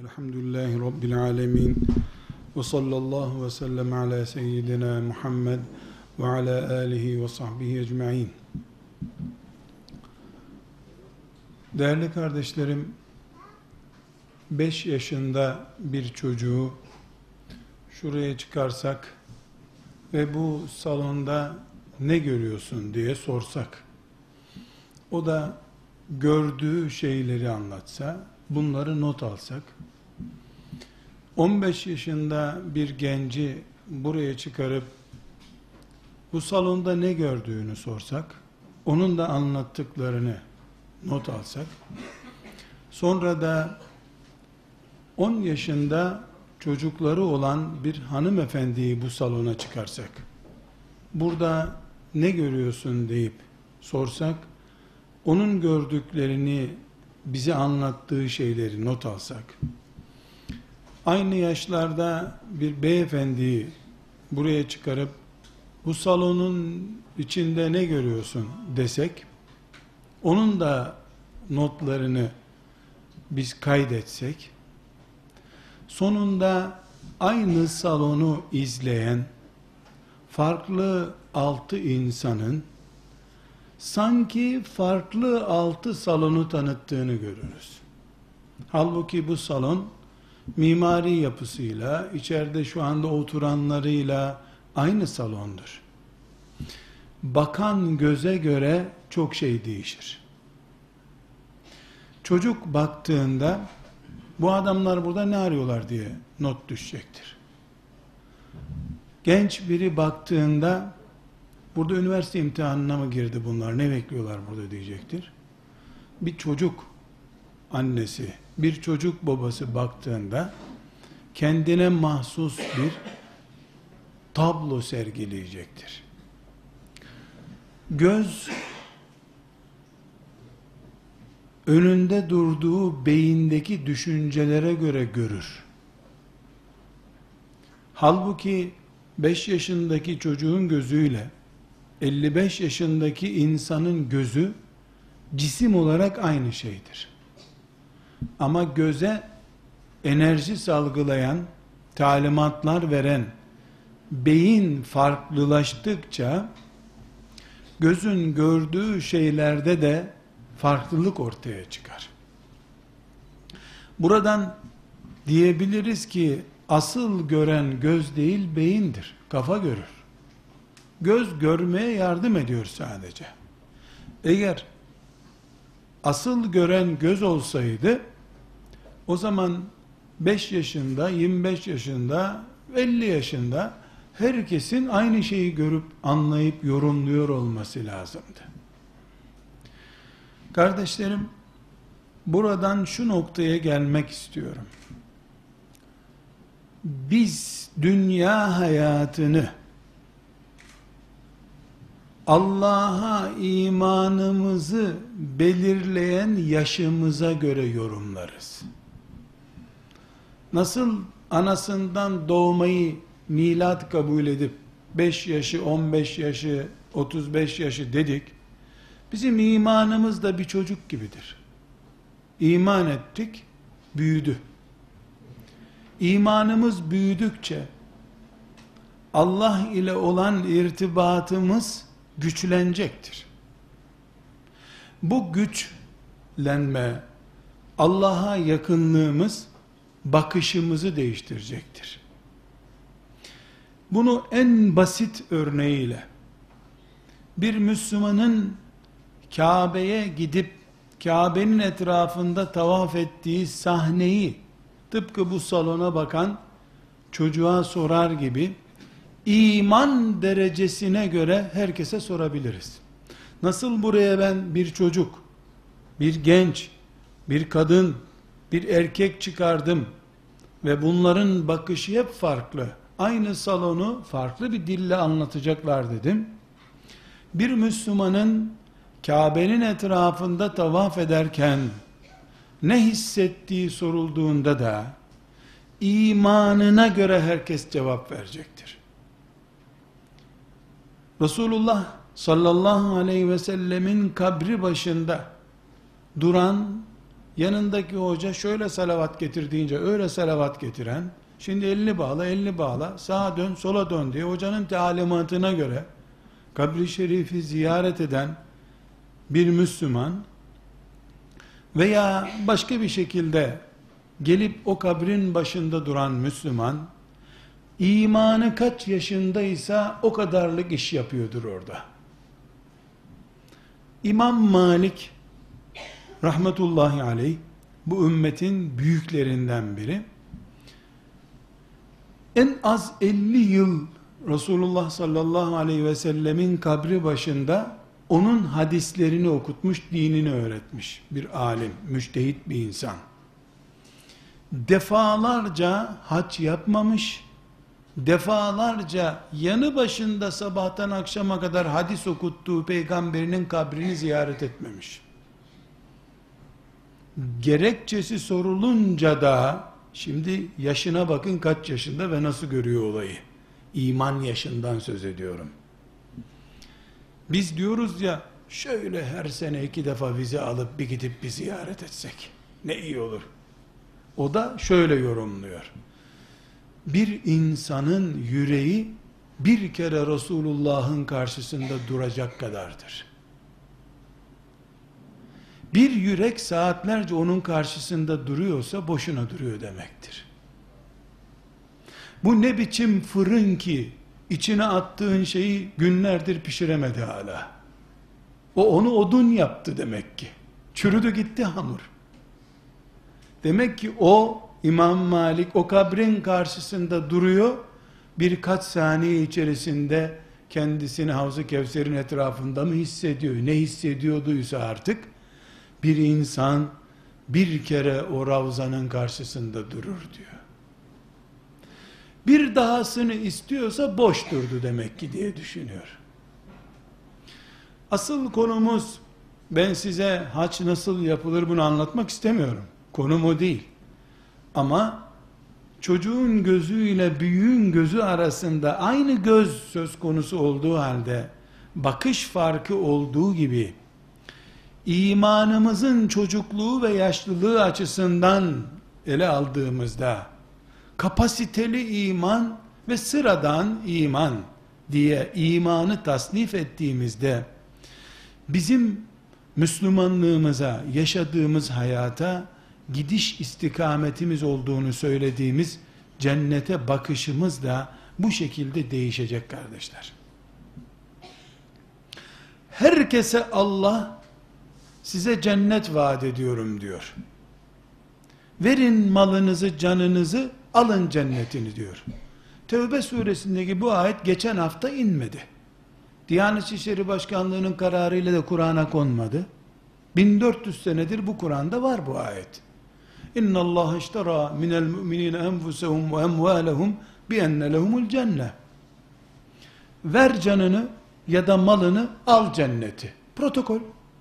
Elhamdülillahi Rabbil alemin. Ve sallallahu ve sellem ala seyyidina Muhammed ve ala alihi ve sahbihi ecma'in. Değerli kardeşlerim, 5 yaşında bir çocuğu şuraya çıkarsak ve bu salonda ne görüyorsun diye sorsak, o da gördüğü şeyleri anlatsa, bunları not alsak, 15 yaşında bir genci buraya çıkarıp bu salonda ne gördüğünü sorsak, onun da anlattıklarını not alsak, sonra da 10 yaşında çocukları olan bir hanımefendiyi bu salona çıkarsak, burada ne görüyorsun deyip sorsak, onun gördüklerini, bize anlattığı şeyleri not alsak, aynı yaşlarda bir beyefendiyi buraya çıkarıp bu salonun içinde ne görüyorsun desek, onun da notlarını biz kaydetsek, sonunda aynı salonu izleyen farklı 6 insanın sanki farklı 6 salonu tanıttığını görürüz. Halbuki bu salon mimari yapısıyla, içeride şu anda oturanlarıyla aynı salondur. Bakan göze göre çok şey değişir. Çocuk baktığında bu adamlar burada ne arıyorlar diye not düşecektir. Genç biri baktığında burada üniversite imtihanına mı girdi bunlar, ne bekliyorlar burada diyecektir. Bir çocuk annesi, bir çocuk babası baktığında kendine mahsus bir tablo sergileyecektir. Göz önünde durduğu beyindeki düşüncelere göre görür. Halbuki 5 yaşındaki çocuğun gözüyle 55 yaşındaki insanın gözü cisim olarak aynı şeydir. Ama göze enerji salgılayan, talimatlar veren beyin farklılaştıkça gözün gördüğü şeylerde de farklılık ortaya çıkar. Buradan diyebiliriz ki asıl gören göz değil beyindir. Kafa görür. Göz görmeye yardım ediyor sadece. Eğer asıl gören göz olsaydı, o zaman 5 yaşında, 25 yaşında, 50 yaşında herkesin aynı şeyi görüp anlayıp yorumluyor olması lazımdı. Kardeşlerim, buradan şu noktaya gelmek istiyorum. Biz dünya hayatını Allah'a imanımızı belirleyen yaşımıza göre yorumlarız. Nasıl anasından doğmayı milat kabul edip 5 yaşı, 15 yaşı, 35 yaşı dedik, bizim imanımız da bir çocuk gibidir. İman ettik, büyüdü. İmanımız büyüdükçe Allah ile olan irtibatımız güçlenecektir. Bu güçlenme, Allah'a yakınlığımız bakışımızı değiştirecektir. Bunu en basit örneğiyle, bir Müslümanın Kabe'ye gidip Kabe'nin etrafında tavaf ettiği sahneyi tıpkı bu salona bakan çocuğa sorar gibi iman derecesine göre herkese sorabiliriz. Nasıl buraya ben bir çocuk, bir genç, bir kadın, bir erkek çıkardım ve bunların bakışı hep farklı, aynı salonu farklı bir dille anlatacaklar dedim. Bir Müslümanın Kabe'nin etrafında tavaf ederken ne hissettiği sorulduğunda da imanına göre herkes cevap verecektir. Resulullah sallallahu aleyhi ve sellemin kabri başında duran yanındaki hoca şöyle salavat getir deyince öyle salavat getiren, şimdi elini bağla, elini bağla, sağa dön, sola dön diye hocanın talimatına göre kabri şerifi ziyaret eden bir Müslüman veya başka bir şekilde gelip o kabrin başında duran Müslüman, imanı kaç yaşındaysa o kadarlık iş yapıyordur orada. İmam Malik rahmetullahi aleyh, bu ümmetin büyüklerinden biri, en az 50 yıl Resulullah sallallahu aleyhi ve sellemin kabri başında onun hadislerini okutmuş, dinini öğretmiş bir alim, müçtehit bir insan. Defalarca hac yapmamış, defalarca yanı başında sabahtan akşama kadar hadis okuttuğu peygamberinin kabrini ziyaret etmemiş. Gerekçesi sorulunca da, şimdi yaşına bakın kaç yaşında ve nasıl görüyor olayı. İman yaşından söz ediyorum. Biz diyoruz ya, şöyle her sene 2 defa vize alıp bir gidip bir ziyaret etsek ne iyi olur. O da şöyle yorumluyor. Bir insanın yüreği bir kere Resulullah'ın karşısında duracak kadardır. Bir yürek saatlerce onun karşısında duruyorsa boşuna duruyor demektir. Bu ne biçim fırın ki içine attığın şeyi günlerdir pişiremedi hala. O onu odun yaptı demek ki. Çürüdü gitti hamur. Demek ki o İmam Malik o kabrin karşısında duruyor. Birkaç saniye içerisinde kendisini Havz-ı Kevser'in etrafında mı hissediyor? Ne hissediyorduysa artık bir insan bir kere o Ravza'nın karşısında durur diyor. Bir dahasını istiyorsa boş durdu demek ki diye düşünüyor. Asıl konumuz, ben size hac nasıl yapılır bunu anlatmak istemiyorum. Konum o değil. Ama çocuğun gözüyle büyüğün gözü arasında aynı göz söz konusu olduğu halde bakış farkı olduğu gibi imanımızın çocukluğu ve yaşlılığı açısından ele aldığımızda kapasiteli iman ve sıradan iman diye imanı tasnif ettiğimizde bizim Müslümanlığımıza, yaşadığımız hayata gidiş istikametimiz olduğunu söylediğimiz cennete bakışımız da bu şekilde değişecek kardeşler. Herkese Allah size cennet vaat ediyorum diyor. Verin malınızı, canınızı, alın cennetini diyor. Tevbe suresindeki bu ayet geçen hafta inmedi. Diyanet İşleri Başkanlığı'nın kararıyla da Kur'an'a konmadı. 1400 senedir bu Kur'an'da var bu ayet. İnna Allah iştara minel mu'minine enfusehum ve emvalehum bi enne lehumul cennet. Ver canını ya da malını, al cenneti. Protokol.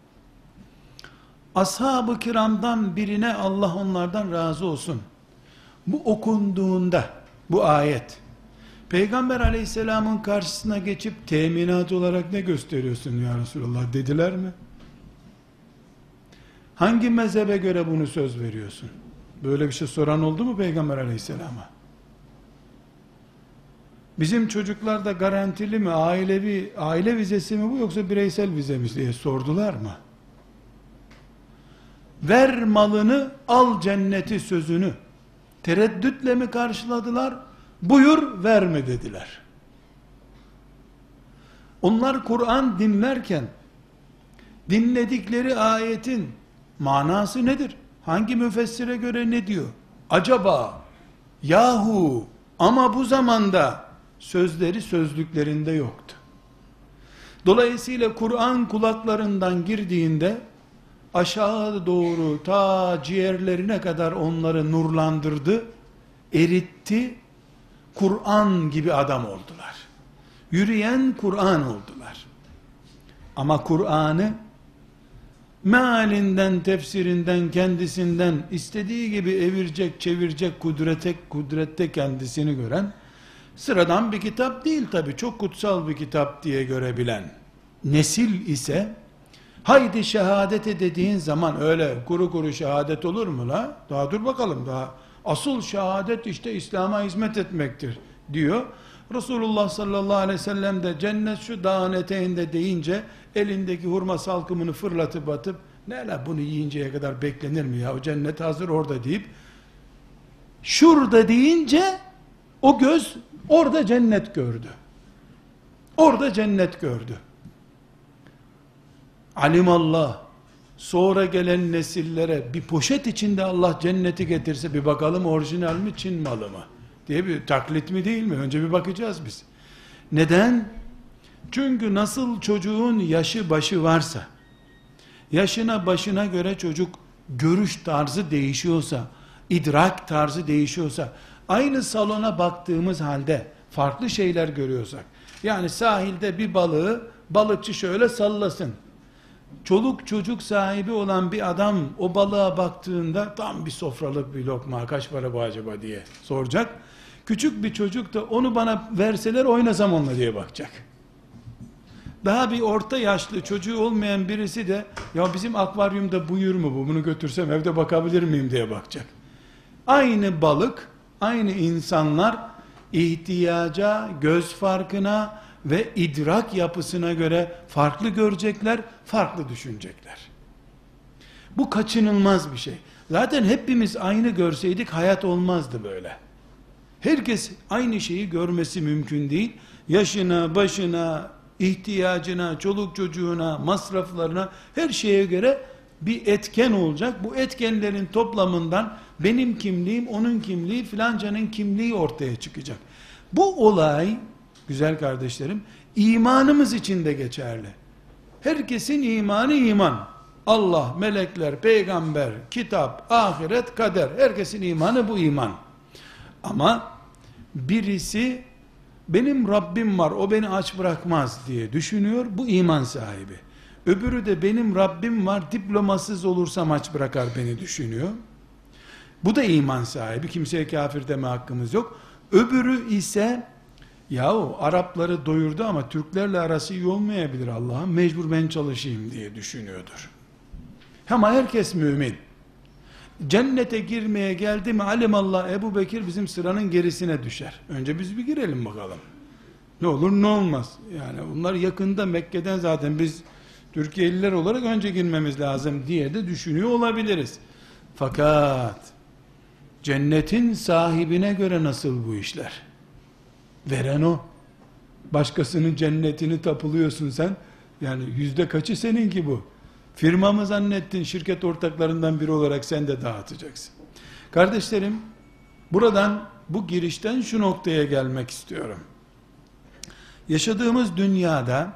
Ashab-ı kiramdan birine Allah onlardan razı olsun, bu okunduğunda bu ayet, Peygamber aleyhisselamın karşısına geçip teminat olarak ne gösteriyorsun ya Resulallah dediler mi? Hangi mezhebe göre bunu söz veriyorsun? Böyle bir şey soran oldu mu Peygamber aleyhisselama? Bizim çocuklar da garantili mi, aile vizesi mi bu yoksa bireysel vize mi diye sordular mı? Ver malını, al cenneti sözünü tereddütle mi karşıladılar? Buyur verme dediler. Onlar Kur'an dinlerken dinledikleri ayetin manası nedir? Hangi müfessire göre ne diyor? Acaba, yahu, ama bu zamanda sözleri sözlüklerinde yoktu. Dolayısıyla Kur'an kulaklarından girdiğinde aşağı doğru ta ciğerlerine kadar onları nurlandırdı, eritti, Kur'an gibi adam oldular. Yürüyen Kur'an oldular. Ama Kur'an'ı mealinden, tefsirinden, kendisinden istediği gibi evirecek, çevirecek kudrette kendisini gören, sıradan bir kitap değil tabi, çok kutsal bir kitap diye görebilen nesil ise Haydi şehadete dediğin zaman öyle kuru kuru şehadet olur mu la? Daha dur bakalım daha. Asıl şehadet işte İslam'a hizmet etmektir diyor. Resulullah sallallahu aleyhi ve sellem de cennet şu dağın eteğinde deyince elindeki hurma salkımını fırlatıp atıp ne la bunu yiyinceye kadar beklenir mi ya, o cennet hazır orada deyip şurada deyince o göz orada cennet gördü. Orada cennet gördü. Alimallah, sonra gelen nesillere bir poşet içinde Allah cenneti getirse bir bakalım orijinal mi Çin malı mı diye, bir taklit mi değil mi? Önce bir bakacağız biz. Neden? Çünkü nasıl çocuğun yaşı başı varsa, yaşına başına göre çocuk görüş tarzı değişiyorsa, idrak tarzı değişiyorsa, aynı salona baktığımız halde farklı şeyler görüyorsak, yani sahilde bir balığı balıkçı şöyle sallasın, çoluk çocuk sahibi olan bir adam o balığa baktığında tam bir sofralık bir lokma, kaç para bu acaba diye soracak. Küçük bir çocuk da onu bana verseler oynasam onunla diye bakacak. Daha bir orta yaşlı çocuğu olmayan birisi de ya bizim akvaryumda buyur mu bu, bunu götürsem evde bakabilir miyim diye bakacak. Aynı balık, aynı insanlar ihtiyaca, göz farkına ve idrak yapısına göre farklı görecekler, farklı düşünecekler. Bu kaçınılmaz bir şey. Zaten hepimiz aynı görseydik hayat olmazdı böyle. Herkes aynı şeyi görmesi mümkün değil. Yaşına, başına, ihtiyacına, çoluk çocuğuna, masraflarına, her şeye göre bir etken olacak. Bu etkenlerin toplamından benim kimliğim, onun kimliği, filancanın kimliği ortaya çıkacak. Bu olay, güzel kardeşlerim, imanımız için de geçerli. Herkesin imanı iman. Allah, melekler, peygamber, kitap, ahiret, kader. Herkesin imanı bu iman. Ama birisi benim Rabbim var, o beni aç bırakmaz diye düşünüyor, bu iman sahibi. Öbürü de benim Rabbim var, diplomasız olursam aç bırakar beni düşünüyor. Bu da iman sahibi, kimseye kafir deme hakkımız yok. Öbürü ise yahu Arapları doyurdu ama Türklerle arası iyi olmayabilir, Allah'ım mecbur ben çalışayım diye düşünüyordur. Ama herkes mümin. Cennete girmeye geldi mi alimallah Ebu Bekir bizim sıranın gerisine düşer. Önce biz bir girelim bakalım. Ne olur ne olmaz. Yani bunlar yakında Mekke'den, zaten biz Türkiye'liler olarak önce girmemiz lazım diye de düşünüyor olabiliriz. Fakat cennetin sahibine göre nasıl bu işler? Veren o. Başkasının cennetini tapılıyorsun sen. Yani yüzde kaçı seninki bu? Firma mı zannettin, şirket ortaklarından biri olarak sen de dağıtacaksın. Kardeşlerim, buradan, bu girişten şu noktaya gelmek istiyorum. Yaşadığımız dünyada,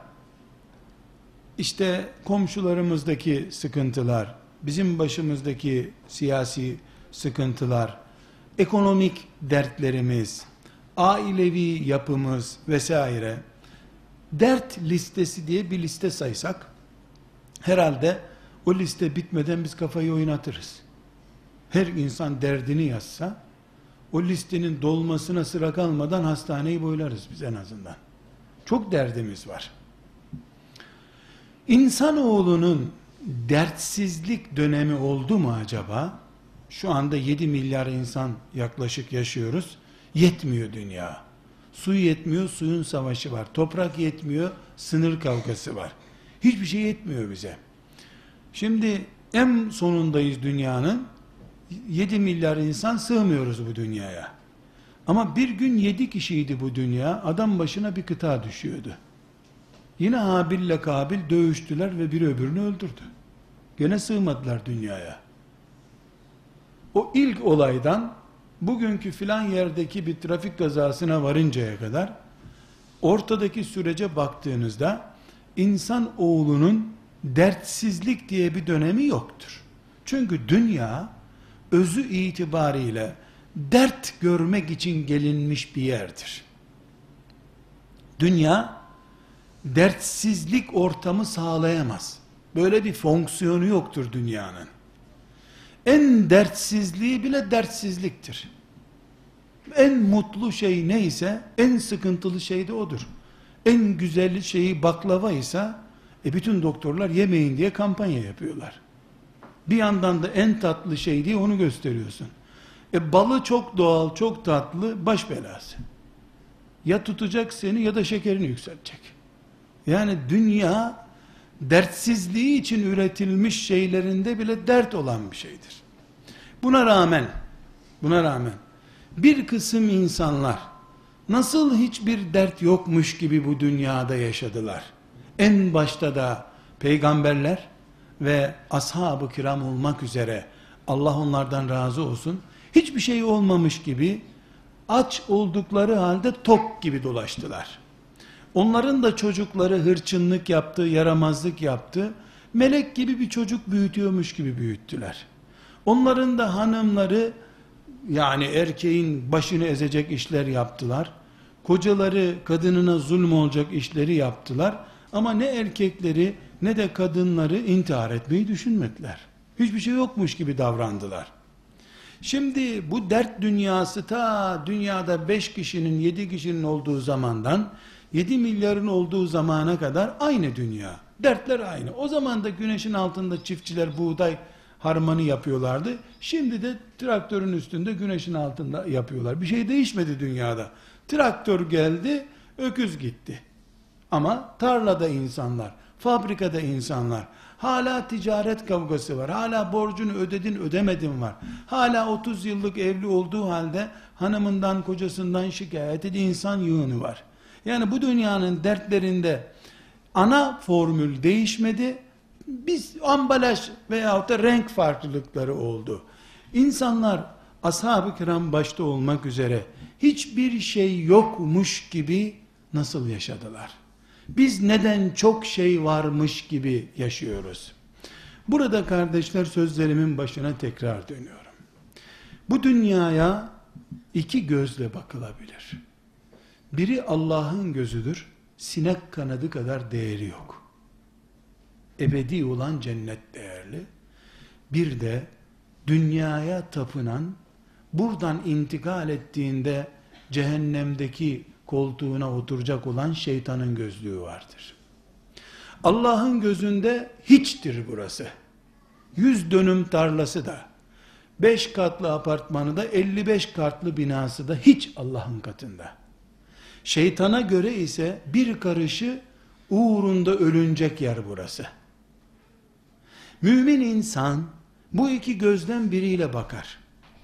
işte komşularımızdaki sıkıntılar, bizim başımızdaki siyasi sıkıntılar, ekonomik dertlerimiz, ailevi yapımız vesaire, dert listesi diye bir liste saysak, herhalde o liste bitmeden biz kafayı oynatırız. Her insan derdini yazsa, o listenin dolmasına sıra kalmadan hastaneyi boylarız biz en azından. Çok derdimiz var. İnsanoğlunun dertsizlik dönemi oldu mu acaba? Şu anda 7 milyar insan yaklaşık yaşıyoruz. Yetmiyor dünya. Su yetmiyor, suyun savaşı var. Toprak yetmiyor, sınır kavgası var. Hiçbir şey yetmiyor bize. Şimdi en sonundayız dünyanın. 7 milyar insan sığmıyoruz bu dünyaya. Ama bir gün 7 kişiydi bu dünya. Adam başına bir kıta düşüyordu. Yine Habil'le Kabil dövüştüler ve biri öbürünü öldürdü. Gene sığmadılar dünyaya. O ilk olaydan bugünkü filan yerdeki bir trafik kazasına varıncaya kadar ortadaki sürece baktığınızda insan oğlunun dertsizlik diye bir dönemi yoktur. Çünkü dünya özü itibariyle dert görmek için gelinmiş bir yerdir. Dünya dertsizlik ortamı sağlayamaz. Böyle bir fonksiyonu yoktur dünyanın. En dertsizliği bile dertsizliktir. En mutlu şey neyse en sıkıntılı şey de odur. En güzel şeyi baklava ise Bütün doktorlar yemeyin diye kampanya yapıyorlar. Bir yandan da en tatlı şey diye onu gösteriyorsun. Balı çok doğal, çok tatlı, baş belası. Ya tutacak seni ya da şekerini yükseltecek. Yani dünya dertsizliği için üretilmiş şeylerinde bile dert olan bir şeydir. Buna rağmen bir kısım insanlar nasıl hiçbir dert yokmuş gibi bu dünyada yaşadılar. En başta da peygamberler ve ashab-ı kiram olmak üzere, Allah onlardan razı olsun, hiçbir şey olmamış gibi, aç oldukları halde tok gibi dolaştılar. Onların da çocukları hırçınlık yaptı, yaramazlık yaptı. Melek gibi bir çocuk büyütüyormuş gibi büyüttüler. Onların da hanımları, yani erkeğin başını ezecek işler yaptılar. Kocaları kadınına zulm olacak işleri yaptılar. Ama ne erkekleri ne de kadınları intihar etmeyi düşünmediler. Hiçbir şey yokmuş gibi davrandılar. Şimdi bu dert dünyası ta dünyada 5 kişinin 7 kişinin olduğu zamandan 7 milyarın olduğu zamana kadar aynı dünya. Dertler aynı. O zaman da güneşin altında çiftçiler buğday harmanı yapıyorlardı. Şimdi de traktörün üstünde güneşin altında yapıyorlar. Bir şey değişmedi dünyada. Traktör geldi, öküz gitti. Ama tarlada insanlar, fabrikada insanlar, hala ticaret kavgası var, hala borcunu ödedin ödemedin var, hala 30 yıllık evli olduğu halde hanımından kocasından şikayet eden insan yığını var. Yani bu dünyanın dertlerinde ana formül değişmedi, biz ambalaj veyahut da renk farklılıkları oldu. İnsanlar ashab-ı kiram başta olmak üzere hiçbir şey yokmuş gibi nasıl yaşadılar? Biz neden çok şey varmış gibi yaşıyoruz? Burada kardeşler, sözlerimin başına tekrar dönüyorum. Bu dünyaya iki gözle bakılabilir. Biri Allah'ın gözüdür, sinek kanadı kadar değeri yok. Ebedi olan cennet değerli. Bir de dünyaya tapınan, buradan intikal ettiğinde cehennemdeki koltuğuna oturacak olan şeytanın gözlüğü vardır. Allah'ın gözünde hiçtir burası. 100 dönüm tarlası da, 5 katlı apartmanı da, 55 katlı binası da hiç Allah'ın katında. Şeytana göre ise bir karışı uğrunda ölünecek yer burası. Mümin insan bu iki gözden biriyle bakar.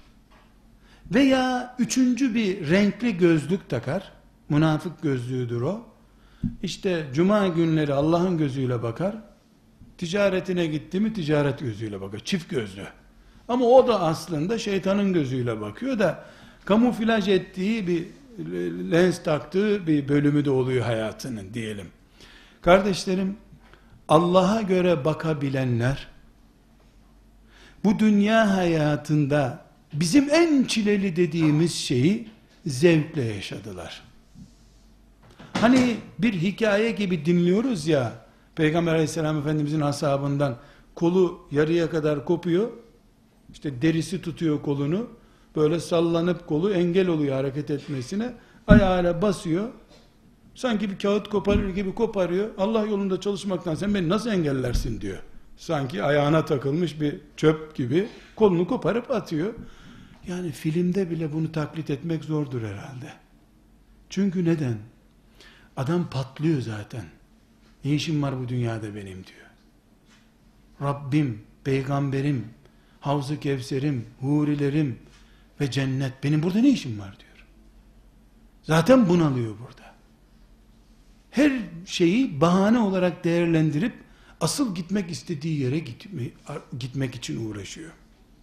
Veya üçüncü bir renkli gözlük takar. Münafık gözlüğüdür o. İşte cuma günleri Allah'ın gözüyle bakar. Ticaretine gitti mi ticaret gözüyle bakar. Çift gözlü. Ama o da aslında şeytanın gözüyle bakıyor da kamuflaj ettiği bir lens taktığı bir bölümü de oluyor hayatının diyelim. Kardeşlerim, Allah'a göre bakabilenler bu dünya hayatında bizim en çileli dediğimiz şeyi zevkle yaşadılar. Hani bir hikaye gibi dinliyoruz ya, Peygamber aleyhisselam efendimizin ashabından kolu yarıya kadar kopuyor, işte derisi tutuyor kolunu, böyle sallanıp kolu engel oluyor hareket etmesine, ayağıyla basıyor, sanki bir kağıt koparır gibi koparıyor, Allah yolunda çalışmaktan sen beni nasıl engellersin diyor. Sanki ayağına takılmış bir çöp gibi kolunu koparıp atıyor. Yani filmde bile bunu taklit etmek zordur herhalde. Çünkü neden? Adam patlıyor zaten. Ne işim var bu dünyada benim diyor. Rabbim, peygamberim, Havz-ı Kevser'im, hurilerim ve cennet, benim burada ne işim var diyor. Zaten bunalıyor burada. Her şeyi bahane olarak değerlendirip asıl gitmek istediği yere gitmek için uğraşıyor.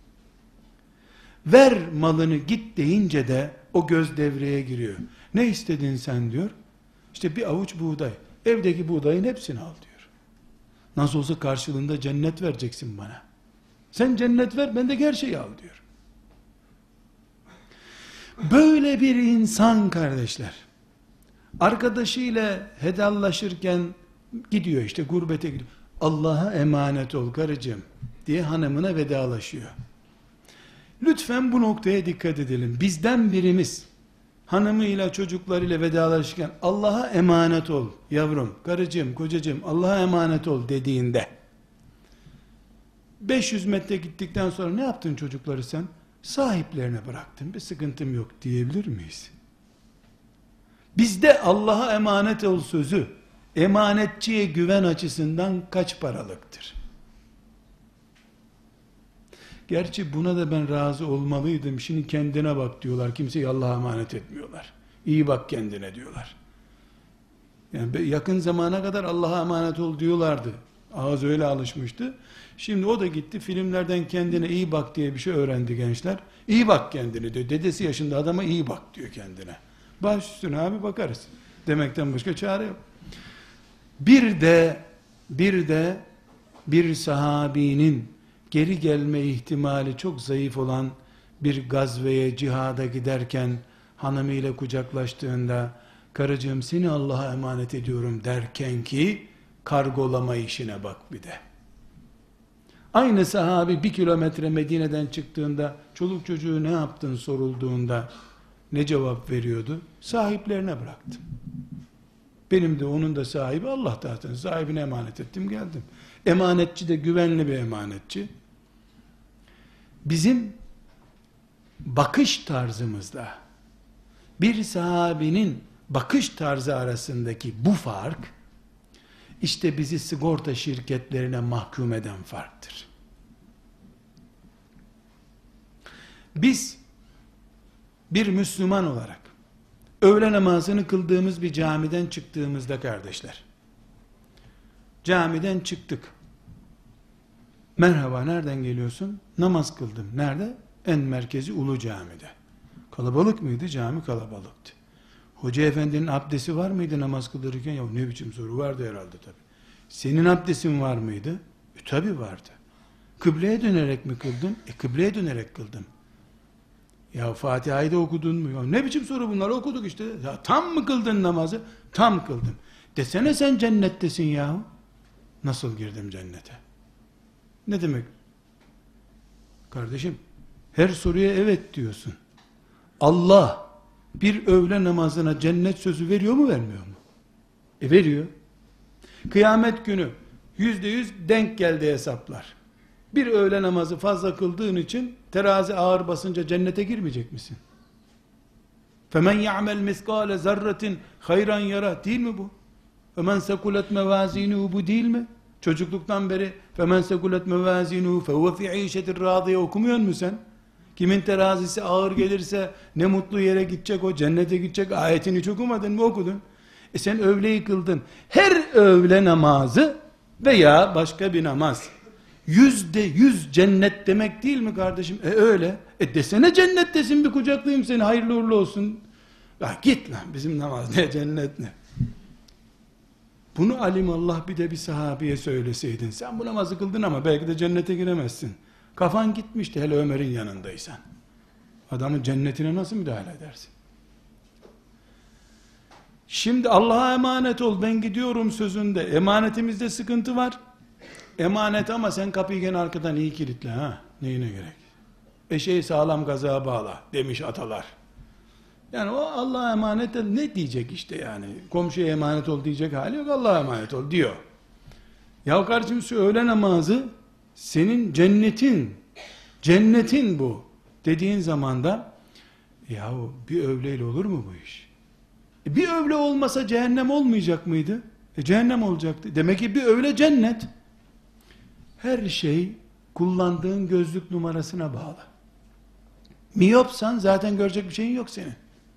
Ver malını git deyince de o göz devreye giriyor. Ne istedin sen diyor. İşte bir avuç buğday. Evdeki buğdayın hepsini al diyor. Nasıl olsa karşılığında cennet vereceksin bana. Sen cennet ver, ben de her şeyi al diyor. Böyle bir insan kardeşler, arkadaşıyla hedallaşırken gidiyor, işte gurbete gidiyor. Allah'a emanet ol karıcığım diye hanımına vedalaşıyor. Lütfen bu noktaya dikkat edelim. Bizden birimiz hanımıyla çocuklarıyla vedalaşırken Allah'a emanet ol yavrum, karıcığım, kocacığım, Allah'a emanet ol dediğinde 500 metre gittikten sonra ne yaptın çocukları sen? Sahiplerine bıraktım, bir sıkıntım yok diyebilir miyiz? Bizde Allah'a emanet ol sözü emanetçiye güven açısından kaç paralıktır? Gerçi buna da ben razı olmalıydım. Şimdi kendine bak diyorlar. Kimseyi Allah'a emanet etmiyorlar. İyi bak kendine diyorlar. Yani yakın zamana kadar Allah'a emanet ol diyorlardı. Ağız öyle alışmıştı. Şimdi o da gitti. Filmlerden kendine iyi bak diye bir şey öğrendi gençler. İyi bak kendine diyor. Dedesi yaşında adama iyi bak diyor kendine. Baş üstüne abi bakarız. Demekten başka çare yok. Bir sahabinin geri gelme ihtimali çok zayıf olan bir gazveye, cihada giderken hanımıyla kucaklaştığında karıcığım seni Allah'a emanet ediyorum derken ki kargolama işine bak bir de. Aynı sahabi 1 kilometre Medine'den çıktığında çoluk çocuğu ne yaptın sorulduğunda ne cevap veriyordu? Sahiplerine bıraktım. Benim de onun da sahibi Allah zaten. Sahibine emanet ettim geldim. Emanetçi de güvenli bir emanetçi. Bizim bakış tarzımızla bir sahabinin bakış tarzı arasındaki bu fark işte bizi sigorta şirketlerine mahkum eden farktır. Biz bir Müslüman olarak öğle namazını kıldığımız bir camiden çıktığımızda kardeşler, camiden çıktık. Merhaba, nereden geliyorsun? Namaz kıldım. Nerede? En merkezi Ulu Cami'de. Kalabalık mıydı? Cami kalabalıktı. Hoca efendinin abdesti var mıydı namaz kılırken? Ya ne biçim soru, vardı herhalde tabi. Senin abdestin var mıydı? Tabi vardı. Kıbleye dönerek mi kıldın? Kıbleye dönerek kıldım. Ya Fatiha'yı da okudun mu? Ya ne biçim soru bunlar, okuduk işte. Ya tam mı kıldın namazı? Tam kıldım. Desene sen cennettesin yahu. Nasıl girdim cennete? Ne demek? Kardeşim, her soruya evet diyorsun. Allah bir öğle namazına cennet sözü veriyor mu vermiyor mu? Veriyor. Kıyamet günü %100 denk geldi hesaplar. Bir öğle namazı fazla kıldığın için terazi ağır basınca cennete girmeyecek misin? فَمَنْ يَعْمَلْ مِثْقَالَ زَرَّةٍ خَيْرًا يَرَى değil mi bu? فَمَنْ سَكُلَتْ مَوَازِينُهُ bu değil mi? Çocukluktan beri فَمَنْ سَكُلَتْ مَوَازِينُهُ فَهُوَ فِي عِيشَةٍ رَاضِيَةٍ okumuyor musun sen? Kimin terazisi ağır gelirse ne mutlu yere gidecek, o cennete gidecek ayetini hiç okumadın mı? Okudun. Sen öğleyi kıldın. Her öğle namazı veya başka bir namaz %100 cennet demek değil mi kardeşim? Öyle. Desene cennettesin, bir kucaklayayım seni, hayırlı uğurlu olsun. Ya git lan, bizim namaz ne, cennet ne? Bunu alimallah bir de bir sahabeye söyleseydin, sen bu namazı kıldın ama belki de cennete giremezsin. Kafan gitmişti hele Ömer'in yanındaysan. Adamın cennetine nasıl müdahale edersin? Şimdi Allah'a emanet ol, ben gidiyorum sözünde. Emanetimizde sıkıntı var. Emanet ama sen kapıyı gene arkadan iyi kilitle ha. Neyine gerek? Eşeği sağlam kazığa bağla demiş atalar. Yani o Allah'a emanet ol ne diyecek işte yani. Komşuya emanet ol diyecek hali yok, Allah'a emanet ol diyor. Ya kardeşim şu öğle namazı senin cennetin bu dediğin zaman da yahu bir öğleyle olur mu bu iş? Bir öğle olmasa cehennem olmayacak mıydı? Cehennem olacaktı. Demek ki bir öğle cennet. Her şey kullandığın gözlük numarasına bağlı. Miyopsan zaten görecek bir şeyin yok senin.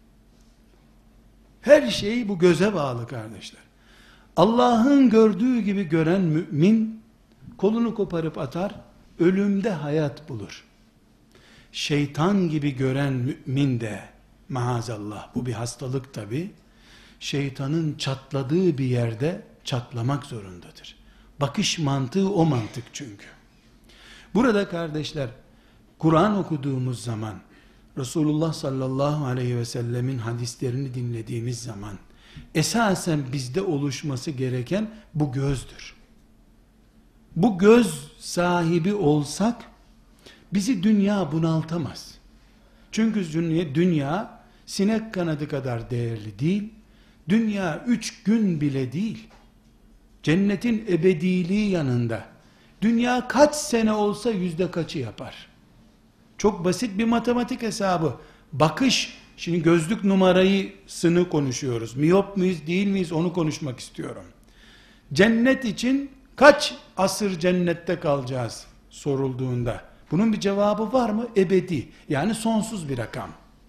Her şey bu göze bağlı kardeşler. Allah'ın gördüğü gibi gören mümin kolunu koparıp atar, ölümde hayat bulur. Şeytan gibi gören mümin de maazallah, bu bir hastalık tabi, şeytanın çatladığı bir yerde çatlamak zorundadır. Bakış mantığı o mantık çünkü. Burada kardeşler, Kur'an okuduğumuz zaman, Resulullah sallallahu aleyhi ve sellemin hadislerini dinlediğimiz zaman, esasen bizde oluşması gereken bu gözdür. Bu göz sahibi olsak, bizi dünya bunaltamaz. Çünkü dünya sinek kanadı kadar değerli değil. Dünya 3 gün bile değil. Cennetin ebediliği yanında. Dünya kaç sene olsa yüzde kaçı yapar? Çok basit bir matematik hesabı. Bakış, şimdi gözlük numarasını konuşuyoruz. Miyop muyuz değil miyiz onu konuşmak istiyorum. Cennet için kaç asır cennette kalacağız sorulduğunda, bunun bir cevabı var mı? Ebedi, yani sonsuz bir rakam.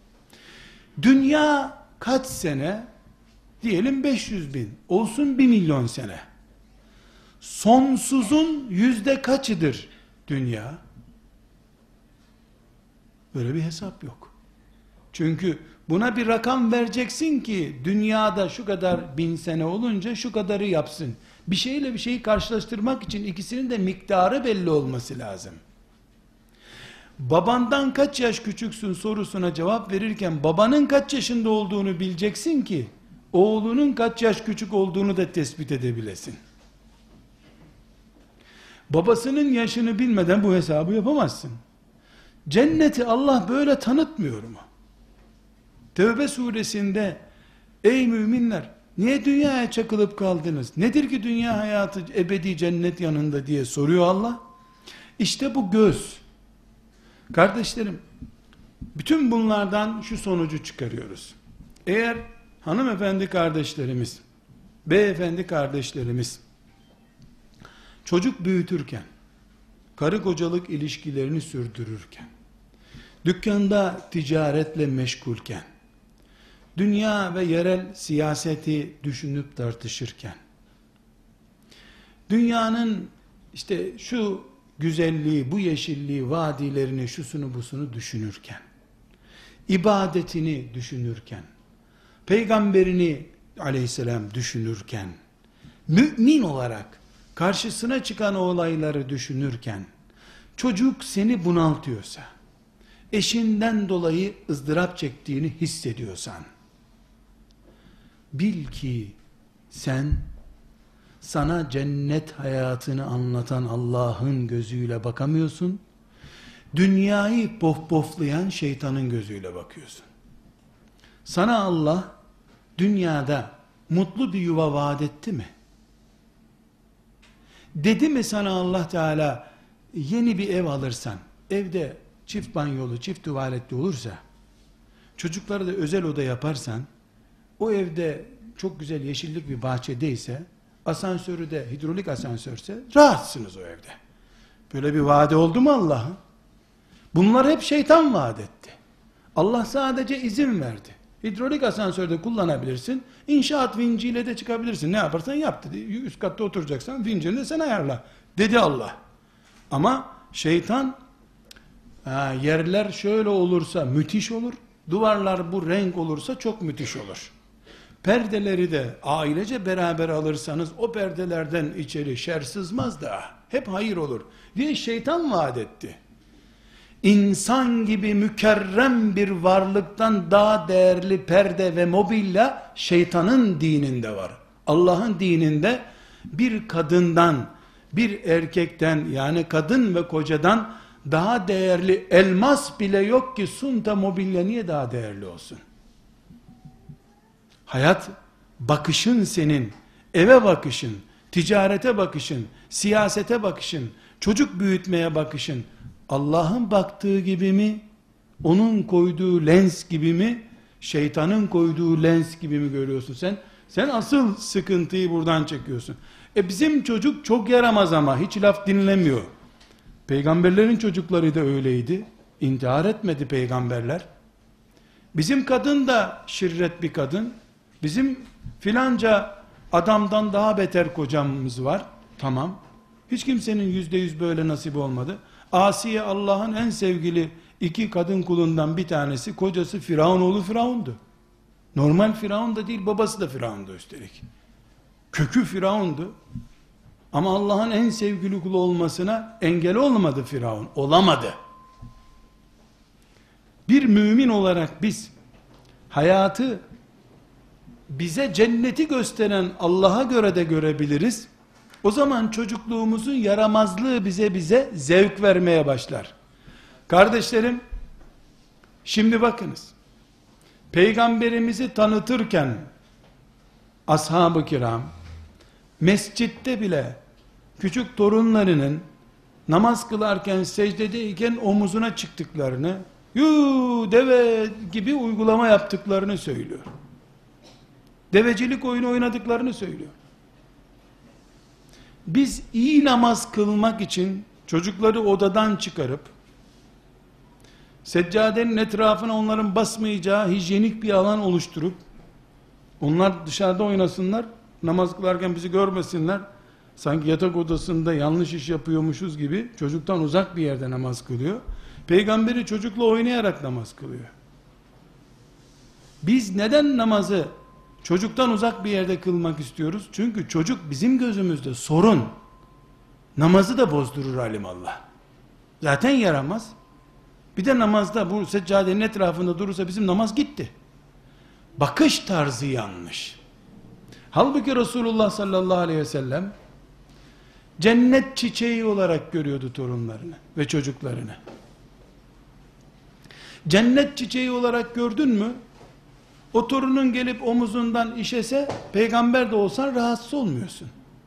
Dünya kaç sene? Diyelim 500 bin, olsun 1 milyon sene. Sonsuzun yüzde kaçıdır dünya? Böyle bir hesap yok. Çünkü buna bir rakam vereceksin ki dünyada şu kadar 1000 sene olunca şu kadarı yapsın. Bir şeyle bir şeyi karşılaştırmak için ikisinin de miktarı belli olması lazım. Babandan kaç yaş küçüksün sorusuna cevap verirken babanın kaç yaşında olduğunu bileceksin ki oğlunun kaç yaş küçük olduğunu da tespit edebilesin. Babasının yaşını bilmeden bu hesabı yapamazsın. Cenneti Allah böyle tanıtmıyor mu? Tevbe suresinde ey müminler niye dünyaya çakılıp kaldınız? Nedir ki dünya hayatı ebedi cennet yanında diye soruyor Allah. İşte bu göz. Kardeşlerim, bütün bunlardan şu sonucu çıkarıyoruz. Eğer hanımefendi kardeşlerimiz, beyefendi kardeşlerimiz çocuk büyütürken, karı kocalık ilişkilerini sürdürürken, dükkanda ticaretle meşgulken, dünya ve yerel siyaseti düşünüp tartışırken, dünyanın işte şu güzelliği, bu yeşilliği, vadilerini, şusunu busunu düşünürken, ibadetini düşünürken, peygamberini aleyhisselam düşünürken, mümin olarak karşısına çıkan olayları düşünürken, çocuk seni bunaltıyorsa, eşinden dolayı ızdırap çektiğini hissediyorsan, bil ki sen, sana cennet hayatını anlatan Allah'ın gözüyle bakamıyorsun, dünyayı poflayan şeytanın gözüyle bakıyorsun. Sana Allah, dünyada mutlu bir yuva vaat etti mi? Dedi mi sana Allah Teala, yeni bir ev alırsan, evde çift banyolu, çift tuvaletli olursa, çocuklara da özel oda yaparsan, o evde çok güzel yeşillik bir bahçedeyse, asansörü de hidrolik asansörse, rahatsınız o evde. Böyle bir vaadi oldu mu Allah'ın? Bunlar hep şeytan vaat etti. Allah sadece izin verdi. Hidrolik asansörde kullanabilirsin, inşaat vinciyle de çıkabilirsin, ne yaparsan yap dedi. Üst katta oturacaksan vincini de sen ayarla dedi Allah. Ama şeytan, yerler şöyle olursa müthiş olur, duvarlar bu renk olursa çok müthiş olur. Perdeleri de ailece beraber alırsanız o perdelerden içeri şer sızmaz da hep hayır olur diye şeytan vaat etti. İnsan gibi mükerrem bir varlıktan daha değerli perde ve mobilya şeytanın dininde var. Allah'ın dininde bir kadından, bir erkekten, yani kadın ve kocadan daha değerli elmas bile yok ki sunta mobilya niye daha değerli olsun? Hayat bakışın senin, eve bakışın, ticarete bakışın, siyasete bakışın, çocuk büyütmeye bakışın, Allah'ın baktığı gibi mi, onun koyduğu lens gibi mi, şeytanın koyduğu lens gibi mi görüyorsun sen? Sen asıl sıkıntıyı buradan çekiyorsun. Bizim çocuk çok yaramaz ama hiç laf dinlemiyor. Peygamberlerin çocukları da öyleydi. İntihar etmedi peygamberler. Bizim kadın da şirret bir kadın. Bizim filanca adamdan daha beter kocamız var. Tamam. Hiç kimsenin %100 böyle nasip olmadı. Asiye Allah'ın en sevgili 2 kadın kulundan bir tanesi, kocası Firavun oğlu Firavundu. Normal Firavun da değil, babası da Firavundu üstelik. Kökü Firavundu. Ama Allah'ın en sevgili kulu olmasına engel olmadı Firavun. Olamadı. Bir mümin olarak biz hayatı bize cenneti gösteren Allah'a göre de görebiliriz. O zaman çocukluğumuzun yaramazlığı bize zevk vermeye başlar. Kardeşlerim, şimdi bakınız. Peygamberimizi tanıtırken ashab-ı kiram mescitte bile küçük torunlarının namaz kılarken secdedeyken omuzuna çıktıklarını, yuu deve gibi uygulama yaptıklarını söylüyor. Devecilik oyunu oynadıklarını söylüyor. Biz iyi namaz kılmak için çocukları odadan çıkarıp seccadenin etrafına onların basmayacağı hijyenik bir alan oluşturup onlar dışarıda oynasınlar, namaz kılarken bizi görmesinler, sanki yatak odasında yanlış iş yapıyormuşuz gibi çocuktan uzak bir yerde namaz kılıyor. Peygamberi çocukla oynayarak namaz kılıyor. Biz neden namazı çocuktan uzak bir yerde kılmak istiyoruz? Çünkü çocuk bizim gözümüzde sorun. Namazı da bozdurur alimallah. Zaten yaramaz. Bir de namazda bu seccadenin etrafında durursa bizim namaz gitti. Bakış tarzı yanlış. Halbuki Resulullah sallallahu aleyhi ve sellem cennet çiçeği olarak görüyordu torunlarını ve çocuklarını. Cennet çiçeği olarak gördün mü, o torunun gelip omuzundan işese, peygamber de olsan rahatsız olmuyorsun.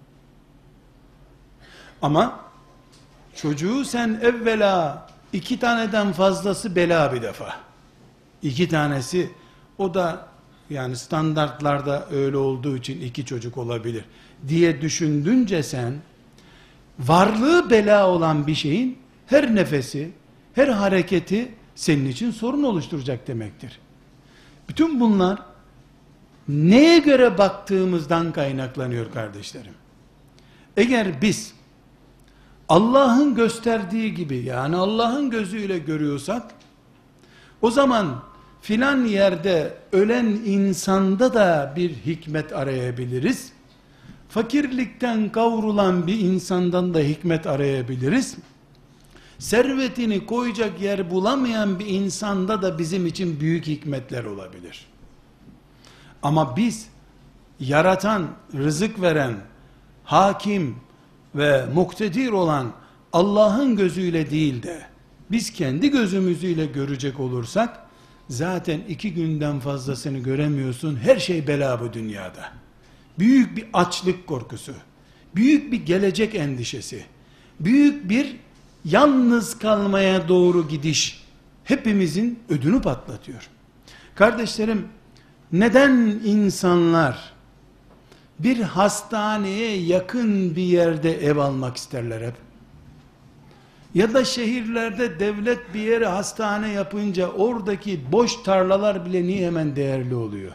Ama çocuğu sen evvela 2 taneden fazlası bela bir defa. 2 tanesi, o da yani standartlarda öyle olduğu için 2 çocuk olabilir diye düşündünce sen, varlığı bela olan bir şeyin her nefesi, her hareketi senin için sorun oluşturacak demektir. Bütün bunlar neye göre baktığımızdan kaynaklanıyor kardeşlerim. Eğer biz Allah'ın gösterdiği gibi, yani Allah'ın gözüyle görüyorsak, o zaman filan yerde ölen insanda da bir hikmet arayabiliriz. Fakirlikten kavrulan bir insandan da hikmet arayabiliriz. Servetini koyacak yer bulamayan bir insanda da bizim için büyük hikmetler olabilir. Ama biz yaratan, rızık veren, hakim ve muktedir olan Allah'ın gözüyle değil de biz kendi gözümüzüyle görecek olursak, zaten 2 günden fazlasını göremiyorsun. Her şey bela bu dünyada. Büyük bir açlık korkusu, büyük bir gelecek endişesi, büyük bir yalnız kalmaya doğru gidiş hepimizin ödünü patlatıyor. Kardeşlerim, neden insanlar bir hastaneye yakın bir yerde ev almak isterler hep? Ya da şehirlerde devlet bir yere hastane yapınca oradaki boş tarlalar bile niye hemen değerli oluyor?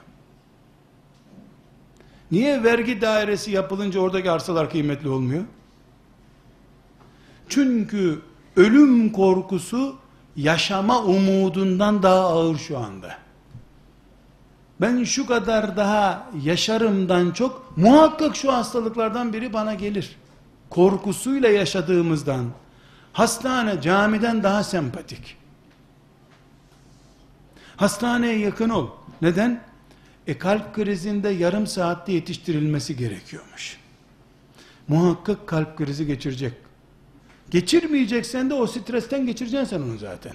Niye vergi dairesi yapılınca oradaki arsalar kıymetli olmuyor? Çünkü ölüm korkusu yaşama umudundan daha ağır şu anda. Ben şu kadar daha yaşarımdan çok, muhakkak şu hastalıklardan biri bana gelir korkusuyla yaşadığımızdan, hastane camiden daha sempatik. Hastaneye yakın ol. Neden? Kalp krizinde yarım saatte yetiştirilmesi gerekiyormuş. Muhakkak kalp krizi geçirecek. Geçirmeyeceksen de o stresten geçireceksin sen onu zaten.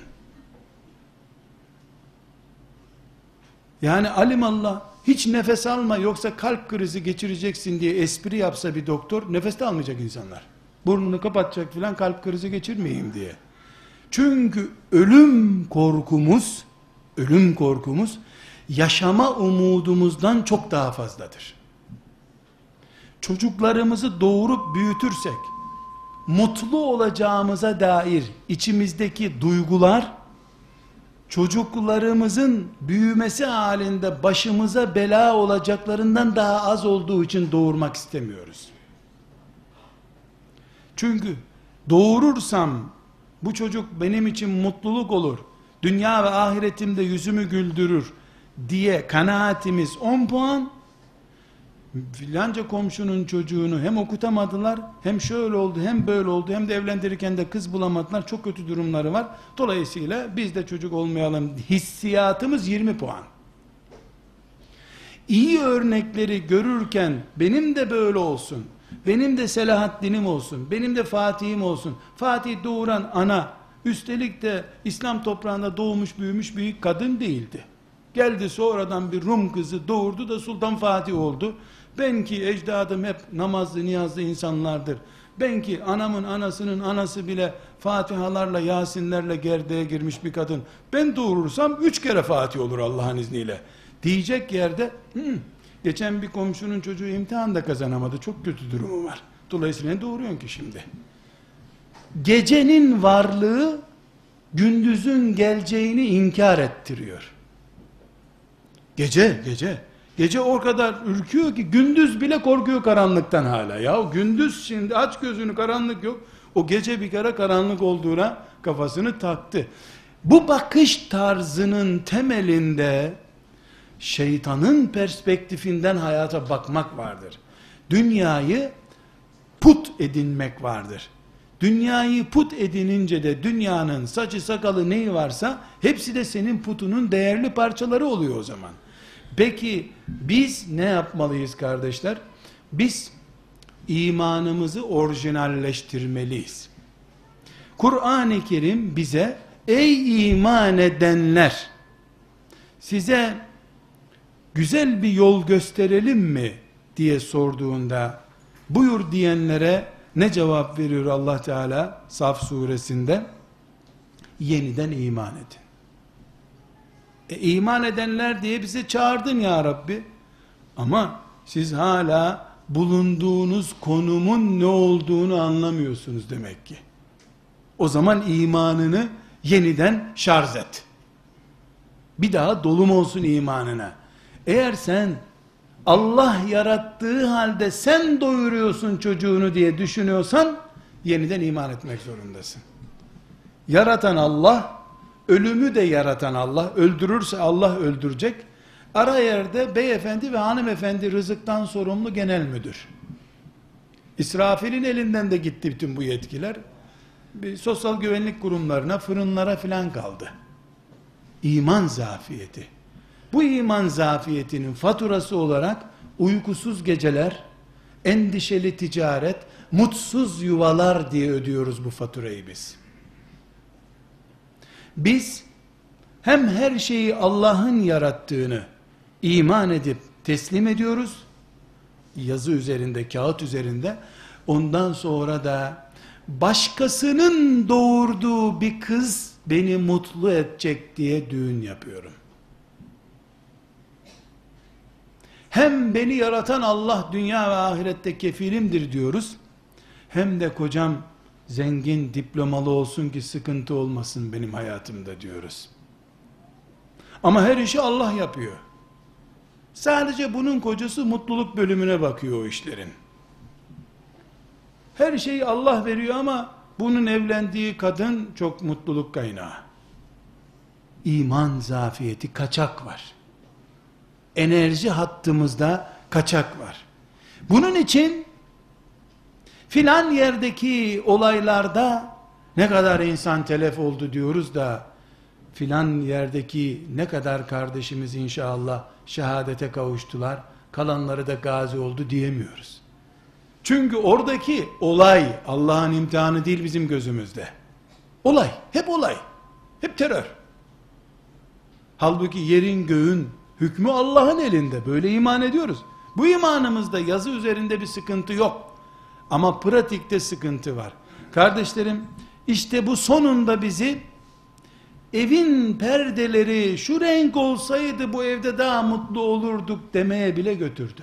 Yani alimallah, hiç nefes alma yoksa kalp krizi geçireceksin diye espri yapsa bir doktor, nefes de almayacak insanlar. Burnunu kapatacak filan, kalp krizi geçirmeyeyim diye. Çünkü ölüm korkumuz yaşama umudumuzdan çok daha fazladır. Çocuklarımızı doğurup büyütürsek, mutlu olacağımıza dair içimizdeki duygular, çocuklarımızın büyümesi halinde başımıza bela olacaklarından daha az olduğu için doğurmak istemiyoruz. Çünkü doğurursam bu çocuk benim için mutluluk olur, dünya ve ahiretimde yüzümü güldürür diye kanaatimiz 10 puan, filanca komşunun çocuğunu hem okutamadılar, hem şöyle oldu, hem böyle oldu, hem de evlendirirken de kız bulamadılar, çok kötü durumları var, dolayısıyla biz de çocuk olmayalım hissiyatımız 20 puan. İyi örnekleri görürken benim de böyle olsun, benim de Selahaddin'im olsun, benim de Fatih'im olsun. Fatih doğuran ana, üstelik de İslam toprağında doğmuş büyümüş büyük kadın değildi. Geldi sonradan bir Rum kızı doğurdu da Sultan Fatih oldu. Ben ki ecdadım hep namazlı niyazlı insanlardır. Ben ki anamın anasının anası bile Fatihalarla Yasinlerle gerdeğe girmiş bir kadın. Ben doğurursam 3 kere Fatih olur Allah'ın izniyle. Diyecek yerde geçen bir komşunun çocuğu imtihanda kazanamadı. Çok kötü durumu var. Dolayısıyla ne doğuruyorsun ki şimdi? Gecenin varlığı gündüzün geleceğini inkar ettiriyor. Gece o kadar ürküyor ki gündüz bile korkuyor karanlıktan hala. Ya gündüz şimdi aç gözünü karanlık yok. O gece bir kere karanlık olduğuna kafasını taktı. Bu bakış tarzının temelinde şeytanın perspektifinden hayata bakmak vardır. Dünyayı put edinmek vardır. Dünyayı put edinince de dünyanın saçı sakalı neyi varsa hepsi de senin putunun değerli parçaları oluyor o zaman. Peki biz ne yapmalıyız kardeşler? Biz imanımızı orijinalleştirmeliyiz. Kur'an-ı Kerim bize ey iman edenler size güzel bir yol gösterelim mi diye sorduğunda buyur diyenlere ne cevap veriyor Allah Teala Saf suresinde? Yeniden iman edin. İman edenler diye bize çağırdın ya Rabbi. Ama siz hala bulunduğunuz konumun ne olduğunu anlamıyorsunuz demek ki. O zaman imanını yeniden şarj et. Bir daha dolum olsun imanına. Eğer sen Allah yarattığı halde sen doyuruyorsun çocuğunu diye düşünüyorsan yeniden iman etmek zorundasın. Yaratan Allah, ölümü de yaratan Allah, öldürürse Allah öldürecek. Ara yerde beyefendi ve hanımefendi rızıktan sorumlu genel müdür. İsrafil'in elinden de gitti bütün bu yetkiler. Bir sosyal güvenlik kurumlarına, fırınlara filan kaldı. İman zafiyeti. Bu iman zafiyetinin faturası olarak uykusuz geceler, endişeli ticaret, mutsuz yuvalar diye ödüyoruz bu faturayı biz. Biz hem her şeyi Allah'ın yarattığını iman edip teslim ediyoruz, yazı üzerinde, kağıt üzerinde, ondan sonra da başkasının doğurduğu bir kız beni mutlu edecek diye düğün yapıyorum. Hem beni yaratan Allah dünya ve ahirette kefilimdir diyoruz, hem de kocam zengin, diplomalı olsun ki sıkıntı olmasın benim hayatımda diyoruz. Ama her işi Allah yapıyor. Sadece bunun kocası mutluluk bölümüne bakıyor o işlerin. Her şeyi Allah veriyor ama bunun evlendiği kadın çok mutluluk kaynağı. İman zafiyeti, kaçak var. Enerji hattımızda kaçak var. Bunun için filan yerdeki olaylarda ne kadar insan telef oldu diyoruz da filan yerdeki ne kadar kardeşimiz inşallah şehadete kavuştular, kalanları da gazi oldu diyemiyoruz. Çünkü oradaki olay Allah'ın imtihanı değil bizim gözümüzde. Olay, hep terör. Halbuki yerin göğün hükmü Allah'ın elinde, böyle iman ediyoruz. Bu imanımızda yazı üzerinde bir sıkıntı yok. Ama pratikte sıkıntı var. Kardeşlerim, işte bu sonunda bizi evin perdeleri şu renk olsaydı bu evde daha mutlu olurduk demeye bile götürdü.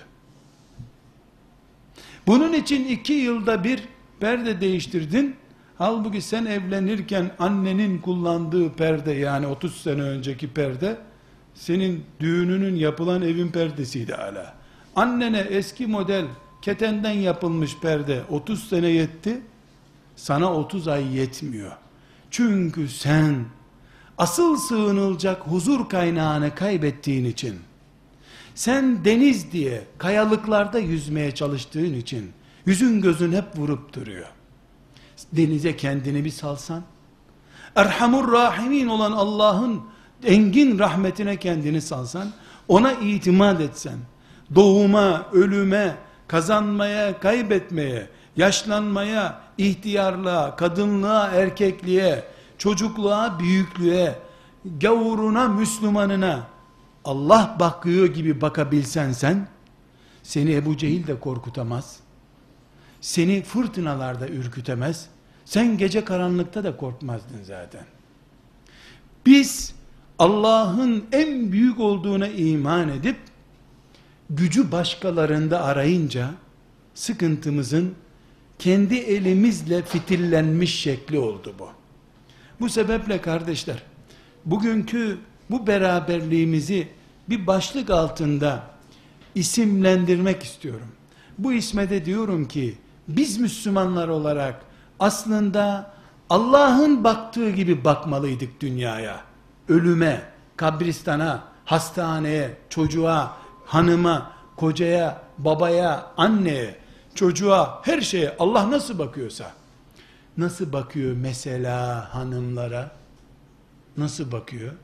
Bunun için 2 yılda bir perde değiştirdin. Halbuki sen evlenirken annenin kullandığı perde, yani 30 sene önceki perde senin düğününün yapılan evin perdesiydi hala. Annene eski model ketenden yapılmış perde 30 sene yetti. Sana 30 ay yetmiyor. Çünkü sen asıl sığınılacak huzur kaynağını kaybettiğin için, sen deniz diye kayalıklarda yüzmeye çalıştığın için yüzün gözün hep vurup duruyor. Denize kendini bir salsan, Erhamur Rahimin olan Allah'ın engin rahmetine kendini salsan, ona itimat etsen, doğuma, ölüme, kazanmaya, kaybetmeye, yaşlanmaya, ihtiyarlığa, kadınlığa, erkekliğe, çocukluğa, büyüklüğe, gavuruna, Müslümanına Allah bakıyor gibi bakabilsen sen, seni Ebu Cehil de korkutamaz, seni fırtınalarda ürkütemez, sen gece karanlıkta da korkmazdın zaten. Biz Allah'ın en büyük olduğuna iman edip, gücü başkalarında arayınca, sıkıntımızın kendi elimizle fitillenmiş şekli oldu bu. Bu sebeple kardeşler, bugünkü bu beraberliğimizi bir başlık altında isimlendirmek istiyorum. Bu isme de diyorum ki, biz Müslümanlar olarak aslında Allah'ın baktığı gibi bakmalıydık dünyaya. Ölüme, kabristana, hastaneye, çocuğa, hanıma, kocaya, babaya, anneye, çocuğa, her şeye Allah nasıl bakıyorsa, nasıl bakıyor mesela hanımlara? Nasıl bakıyor?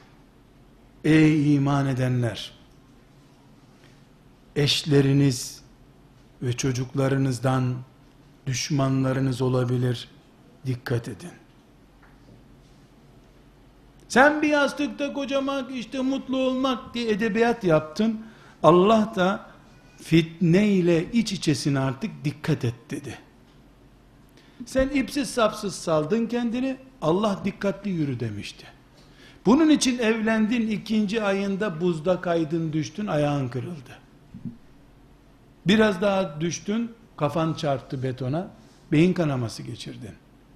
Ey iman edenler! Eşleriniz ve çocuklarınızdan düşmanlarınız olabilir. Dikkat edin. Sen bir yastıkta kocamak, işte mutlu olmak diye edebiyat yaptın. Allah da fitne ile iç içesin, artık dikkat et dedi. Sen ipsiz sapsız saldın kendini, Allah dikkatli yürü demişti. Bunun için evlendin, 2. ayında buzda kaydın, düştün, ayağın kırıldı. Biraz daha düştün, kafan çarptı betona, beyin kanaması geçirdin.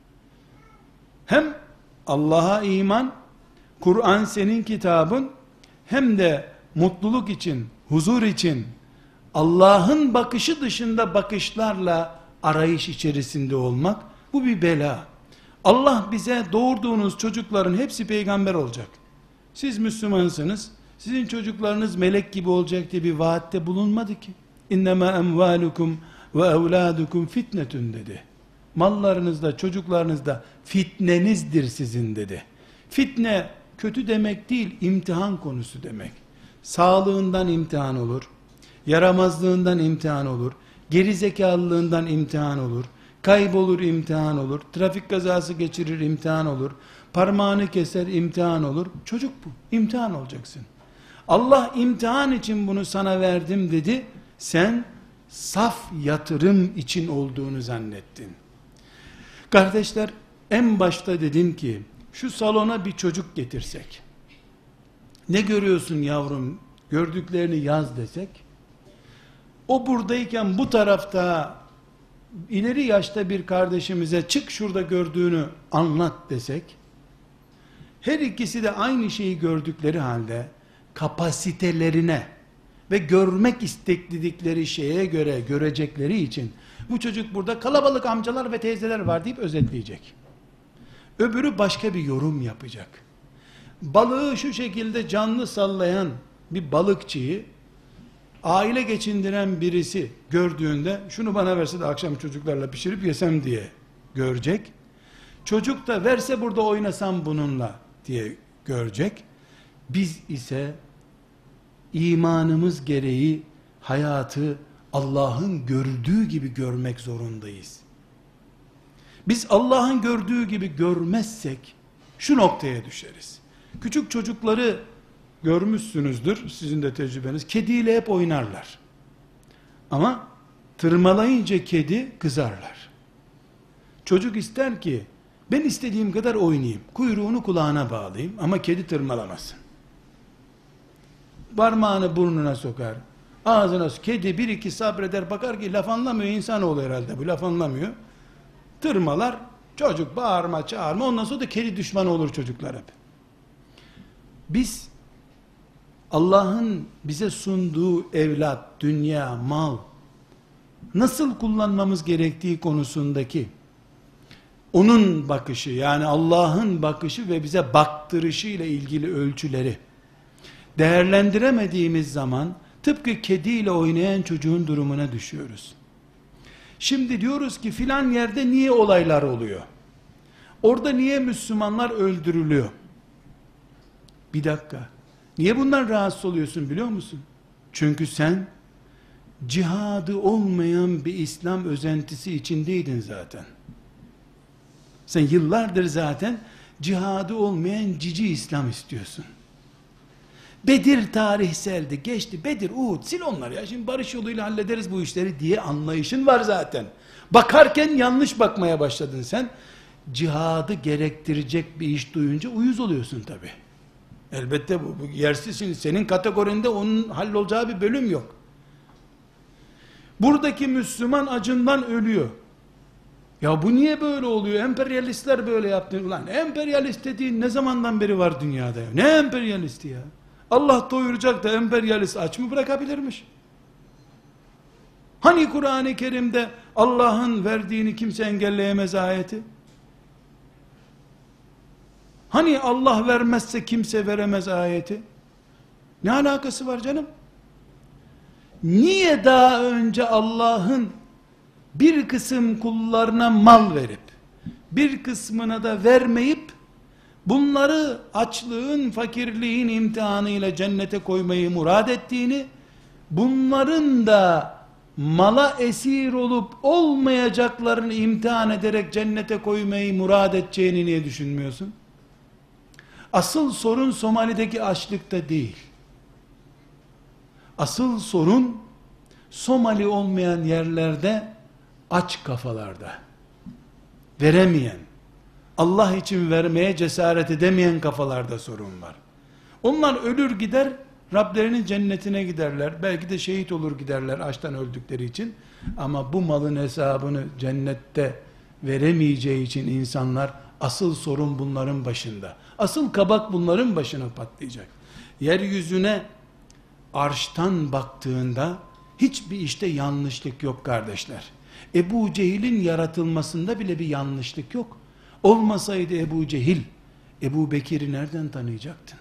Hem Allah'a iman, Kur'an senin kitabın, hem de mutluluk için, huzur için, Allah'ın bakışı dışında bakışlarla arayış içerisinde olmak, bu bir bela. Allah bize doğurduğunuz çocukların hepsi peygamber olacak. Siz Müslümansınız, sizin çocuklarınız melek gibi olacak diye bir vaatte bulunmadı ki. İnnemâ emvâlukum ve evlâdukum fitnetun dedi. Mallarınız da çocuklarınız da fitnenizdir sizin dedi. Fitne kötü demek değil, imtihan konusu demek. Sağlığından imtihan olur, yaramazlığından imtihan olur, gerizekalılığından imtihan olur, kaybolur imtihan olur, trafik kazası geçirir imtihan olur, parmağını keser imtihan olur. Çocuk bu, imtihan olacaksın. Allah imtihan için bunu sana verdim dedi, sen saf yatırım için olduğunu zannettin. Kardeşler, en başta dedim ki, şu salona bir çocuk getirsek, ne görüyorsun yavrum, gördüklerini yaz desek, o buradayken bu tarafta ileri yaşta bir kardeşimize çık şurada gördüğünü anlat desek, her ikisi de aynı şeyi gördükleri halde kapasitelerine ve görmek istedikleri şeye göre görecekleri için bu çocuk burada kalabalık amcalar ve teyzeler var deyip özetleyecek. Öbürü başka bir yorum yapacak. Balığı şu şekilde canlı sallayan bir balıkçıyı aile geçindiren birisi gördüğünde şunu bana verse de akşam çocuklarla pişirip yesem diye görecek. Çocuk da verse burada oynasam bununla diye görecek. Biz ise imanımız gereği hayatı Allah'ın gördüğü gibi görmek zorundayız. Biz Allah'ın gördüğü gibi görmezsek şu noktaya düşeriz. Küçük çocukları görmüşsünüzdür, sizin de tecrübeniz, kediyle hep oynarlar. Ama tırmalayınca kedi kızarlar. Çocuk ister ki ben istediğim kadar oynayayım, kuyruğunu kulağına bağlayayım ama kedi tırmalamasın. Parmağını burnuna sokar, ağzına, kedi bir iki sabreder, bakar ki laf anlamıyor, insanoğlu herhalde bu, laf anlamıyor. Tırmalar, çocuk bağırma çağırma, ondan sonra da kedi düşmanı olur çocuklar hep. Biz Allah'ın bize sunduğu evlat, dünya, mal nasıl kullanmamız gerektiği konusundaki onun bakışı, yani Allah'ın bakışı ve bize baktırışı ile ilgili ölçüleri değerlendiremediğimiz zaman tıpkı kediyle oynayan çocuğun durumuna düşüyoruz. Şimdi diyoruz ki filan yerde niye olaylar oluyor? Orada niye Müslümanlar öldürülüyor? Bir dakika. Niye bundan rahatsız oluyorsun biliyor musun? Çünkü sen cihadı olmayan bir İslam özentisi içindeydin zaten. Sen yıllardır zaten cihadı olmayan cici İslam istiyorsun. Bedir tarihseldi, geçti. Bedir, Uhud, sil onları ya. Şimdi barış yoluyla hallederiz bu işleri diye anlayışın var zaten. Bakarken yanlış bakmaya başladın sen. Cihadı gerektirecek bir iş duyunca uyuz oluyorsun tabi. Elbette bu yersiz. Şimdi senin kategorinde onun hallolacağı bir bölüm yok. Buradaki Müslüman acından ölüyor. Ya bu niye böyle oluyor? Emperyalistler böyle yaptı. Ulan emperyalist dediğin ne zamandan beri var dünyada ya? Ne emperyalisti ya? Allah doyuracak da emperyalist aç mı bırakabilirmiş? Hani Kur'an-ı Kerim'de Allah'ın verdiğini kimse engelleyemez ayeti? Hani Allah vermezse kimse veremez ayeti? Ne alakası var canım? Niye daha önce Allah'ın bir kısım kullarına mal verip bir kısmına da vermeyip bunları açlığın, fakirliğin imtihanıyla cennete koymayı murad ettiğini, bunların da mala esir olup olmayacaklarını imtihan ederek cennete koymayı murad edeceğini niye düşünmüyorsun? Asıl sorun Somali'deki açlıkta değil. Asıl sorun Somali olmayan yerlerde aç kafalarda, veremeyen, Allah için vermeye cesaret edemeyen kafalarda sorun var. Onlar ölür gider, Rablerinin cennetine giderler. Belki de şehit olur giderler açtan öldükleri için. Ama bu malın hesabını cennette veremeyeceği için insanlar, asıl sorun bunların başında. Asıl kabak bunların başına patlayacak. Yeryüzüne arştan baktığında hiçbir işte yanlışlık yok kardeşler. Ebu Cehil'in yaratılmasında bile bir yanlışlık yok. Olmasaydı Ebu Cehil, Ebu Bekir'i nereden tanıyacaktın?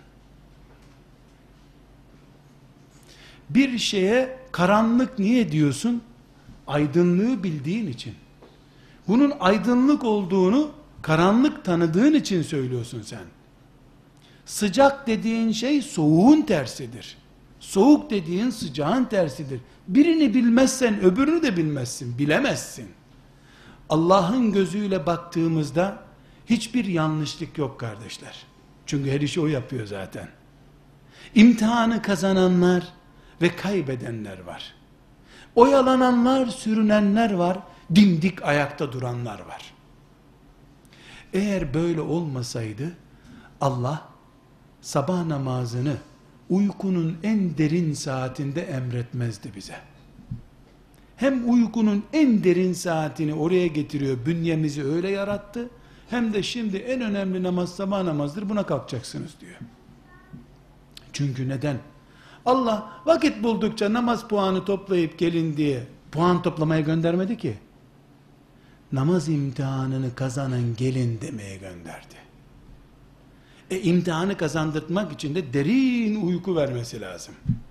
Bir şeye karanlık niye diyorsun? Aydınlığı bildiğin için. Bunun aydınlık olduğunu karanlık tanıdığın için söylüyorsun sen. Sıcak dediğin şey soğuğun tersidir. Soğuk dediğin sıcağın tersidir. Birini bilmezsen öbürünü de bilmezsin, bilemezsin. Allah'ın gözüyle baktığımızda hiçbir yanlışlık yok kardeşler. Çünkü her işi o yapıyor zaten. İmtihanı kazananlar ve kaybedenler var. Oyalananlar, sürünenler var, dimdik ayakta duranlar var. Eğer böyle olmasaydı Allah sabah namazını uykunun en derin saatinde emretmezdi bize. Hem uykunun en derin saatini oraya getiriyor, bünyemizi öyle yarattı, hem de şimdi en önemli namaz sabah namazdır, buna kalkacaksınız diyor. Çünkü neden? Allah vakit buldukça namaz puanı toplayıp gelin diye puan toplamaya göndermedi ki. Namaz imtihanını kazanan gelin demeye gönderdi. İmtihanı kazandırtmak için de derin uyku vermesi lazım.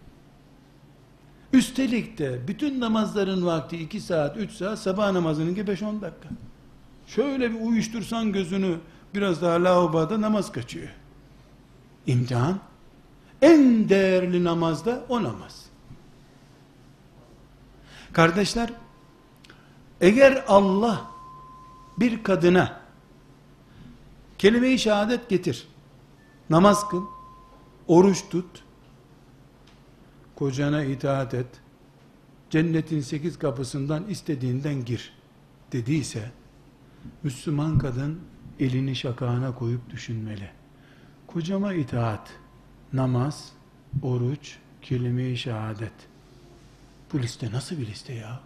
Üstelik de bütün namazların vakti 2 saat, 3 saat, sabah namazının gibi 5-10 dakika. Şöyle bir uyuştursan gözünü, biraz daha lavaboda namaz kaçıyor. İmtihan, en değerli namazda o namaz. Kardeşler, eğer Allah bir kadına kelime-i şehadet getir, namaz kıl, oruç tut, kocana itaat et, cennetin 8 kapısından istediğinden gir dediyse, Müslüman kadın elini şakağına koyup düşünmeli. Kocama itaat, namaz, oruç, kelime-i şehadet. Bu liste nasıl bir liste ya?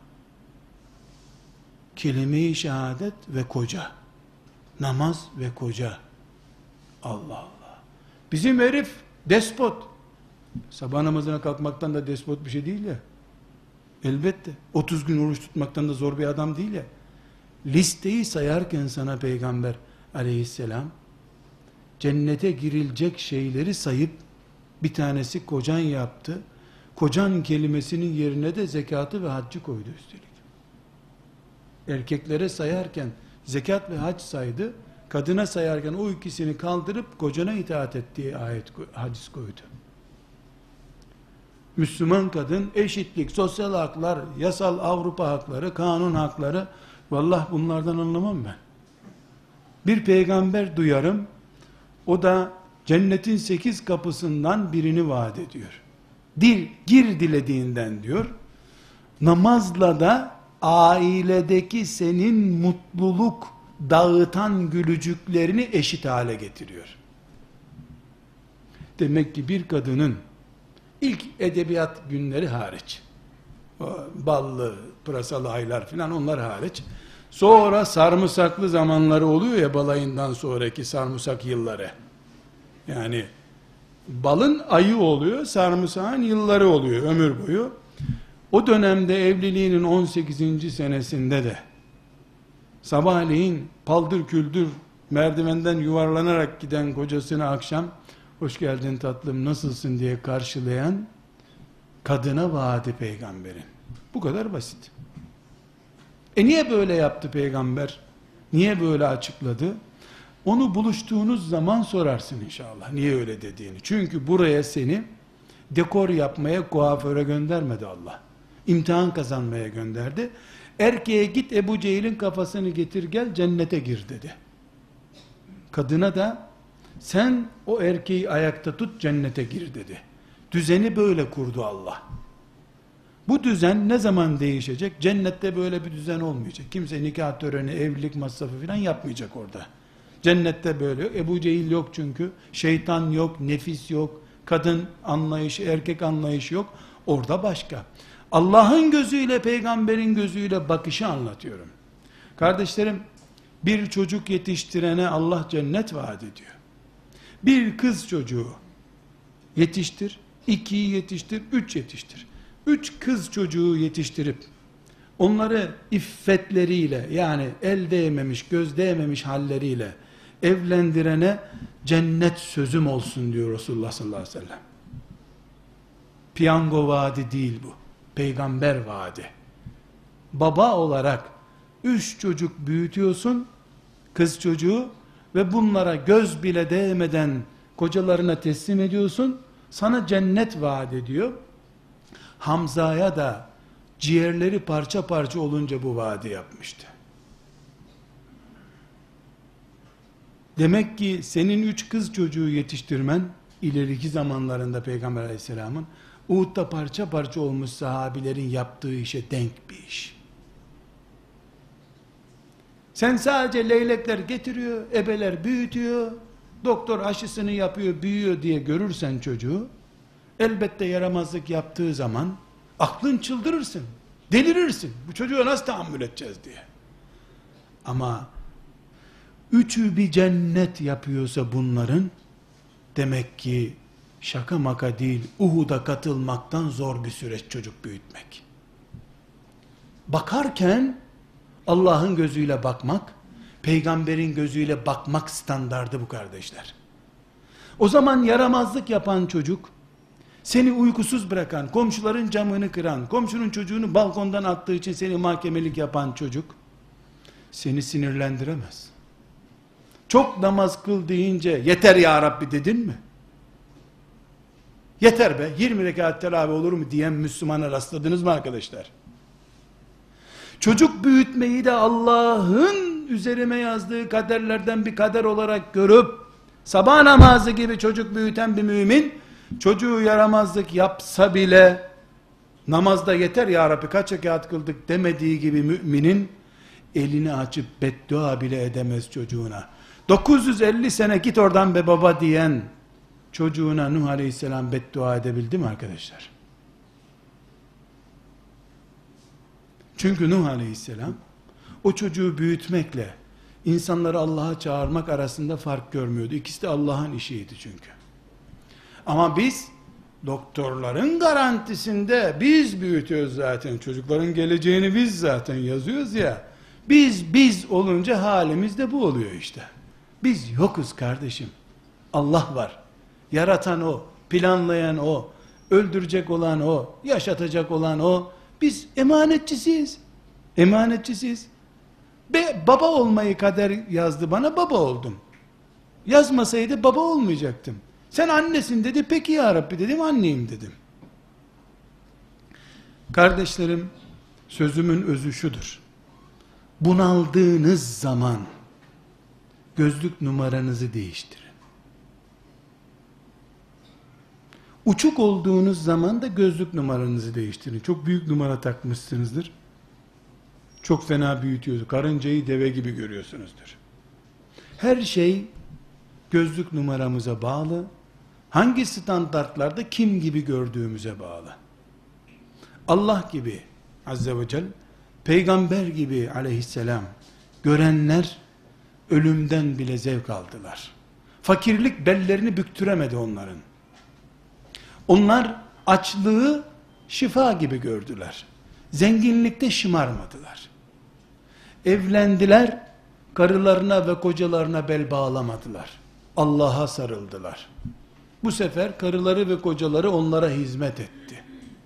Kelime-i şehadet ve koca. Namaz ve koca. Allah Allah. Bizim herif despot. Sabah namazına kalkmaktan da despot bir şey değil ya. Elbette. 30 gün oruç tutmaktan da zor bir adam değil ya. Listeyi sayarken sana Peygamber aleyhisselam cennete girilecek şeyleri sayıp bir tanesi kocan yaptı. Kocan kelimesinin yerine de zekatı ve haccı koydu üstelik. Erkeklere sayarken zekat ve hac saydı. Kadına sayarken o ikisini kaldırıp kocana itaat et diye hadis koydu. Müslüman kadın eşitlik, sosyal haklar, yasal Avrupa hakları, kanun hakları, vallahi bunlardan anlamam ben. Bir peygamber duyarım, o da cennetin 8 kapısından birini vaat ediyor. Gir dilediğinden diyor. Namazla da ailedeki senin mutluluk dağıtan gülücüklerini eşit hale getiriyor. Demek ki bir kadının ilk edebiyat günleri hariç, ballı, pırasalı aylar filan onlar hariç, sonra sarımsaklı zamanları oluyor ya, balayından sonraki sarımsak yılları. Yani balın ayı oluyor, sarımsağın yılları oluyor, ömür boyu. O dönemde evliliğinin 18. senesinde de sabahleyin paldır küldür merdivenden yuvarlanarak giden kocasını akşam hoş geldin tatlım nasılsın diye karşılayan kadına vaadi peygamberin. Bu kadar basit. Niye böyle yaptı peygamber? Niye böyle açıkladı? Onu buluştuğunuz zaman sorarsın inşallah. Niye öyle dediğini. Çünkü buraya seni dekor yapmaya, kuaföre göndermedi Allah. İmtihan kazanmaya gönderdi. Erkeğe git Ebu Cehil'in kafasını getir gel cennete gir dedi. Kadına da sen o erkeği ayakta tut cennete gir dedi. Düzeni böyle kurdu Allah. Bu düzen ne zaman değişecek? Cennette böyle bir düzen olmayacak. Kimse nikah töreni, evlilik masrafı falan yapmayacak orada. Cennette böyle yok. Ebu Cehil yok çünkü. Şeytan yok, nefis yok. Kadın anlayışı, erkek anlayışı yok. Orada başka. Allah'ın gözüyle, peygamberin gözüyle bakışı anlatıyorum. Kardeşlerim, bir çocuk yetiştirene Allah cennet vaat ediyor. Bir kız çocuğu yetiştir, 2'yi yetiştir, 3 yetiştir. 3 kız çocuğu yetiştirip onları iffetleriyle, yani el değmemiş, göz değmemiş halleriyle evlendirene cennet sözüm olsun diyor Resulullah sallallahu aleyhi ve sellem. Piyango vaadi değil bu. Peygamber vaadi. Baba olarak 3 çocuk büyütüyorsun, kız çocuğu, ve bunlara göz bile değmeden kocalarına teslim ediyorsun, sana cennet vaat ediyor. Hamza'ya da ciğerleri parça parça olunca bu vaadi yapmıştı. Demek ki senin 3 kız çocuğu yetiştirmen, ileriki zamanlarında Peygamber aleyhisselamın Uhud'da parça parça olmuş sahabilerin yaptığı işe denk bir iş. Sen sadece leylekler getiriyor, ebeler büyütüyor, doktor aşısını yapıyor, büyüyor diye görürsen çocuğu, elbette yaramazlık yaptığı zaman aklın çıldırırsın, delirirsin. Bu çocuğa nasıl tahammül edeceğiz diye. Ama üçü bir cennet yapıyorsa bunların, demek ki şaka maka değil, Uhud'a katılmaktan zor bir süreç çocuk büyütmek. Bakarken Allah'ın gözüyle bakmak, peygamberin gözüyle bakmak standardı bu kardeşler. O zaman yaramazlık yapan çocuk, seni uykusuz bırakan, komşuların camını kıran, komşunun çocuğunu balkondan attığı için seni mahkemelik yapan çocuk, seni sinirlendiremez. Çok namaz kıl deyince, yeter ya Rabbi dedin mi? Yeter be, 20 rekat teravih olur mu diyen Müslümana rastladınız mı arkadaşlar? Çocuk büyütmeyi de Allah'ın üzerime yazdığı kaderlerden bir kader olarak görüp, sabah namazı gibi çocuk büyüten bir mümin, çocuğu yaramazlık yapsa bile, namazda yeter ya Rabbi kaç rekat kıldık demediği gibi müminin, elini açıp beddua bile edemez çocuğuna. 950 sene git oradan be baba diyen çocuğuna Nuh Aleyhisselam beddua edebildi mi arkadaşlar? Çünkü Nuh Aleyhisselam o çocuğu büyütmekle insanları Allah'a çağırmak arasında fark görmüyordu. İkisi de Allah'ın işiydi çünkü. Ama biz doktorların garantisinde biz büyütüyoruz zaten. Çocukların geleceğini biz zaten yazıyoruz ya. Biz olunca halimiz de bu oluyor işte. Biz yokuz kardeşim. Allah var. Yaratan o, planlayan o, öldürecek olan o, yaşatacak olan o. Biz emanetçisiyiz. Emanetçisiyiz. Baba olmayı kader yazdı bana, baba oldum. Yazmasaydı baba olmayacaktım. Sen annesin dedi, peki ya Rabbi dedim, anneyim dedim. Kardeşlerim, sözümün özü şudur. Bunaldığınız zaman gözlük numaranızı değiştirin. Uçuk olduğunuz zaman da gözlük numaranızı değiştirin. Çok büyük numara takmışsınızdır. Çok fena büyütüyorsunuz. Karıncayı deve gibi görüyorsunuzdur. Her şey gözlük numaramıza bağlı. Hangi standartlarda kim gibi gördüğümüze bağlı. Allah gibi azze ve celle, peygamber gibi aleyhisselam görenler ölümden bile zevk aldılar. Fakirlik bellerini büktüremedi onların. Onlar açlığı şifa gibi gördüler. Zenginlikte şımarmadılar. Evlendiler, karılarına ve kocalarına bel bağlamadılar. Allah'a sarıldılar. Bu sefer karıları ve kocaları onlara hizmet etti.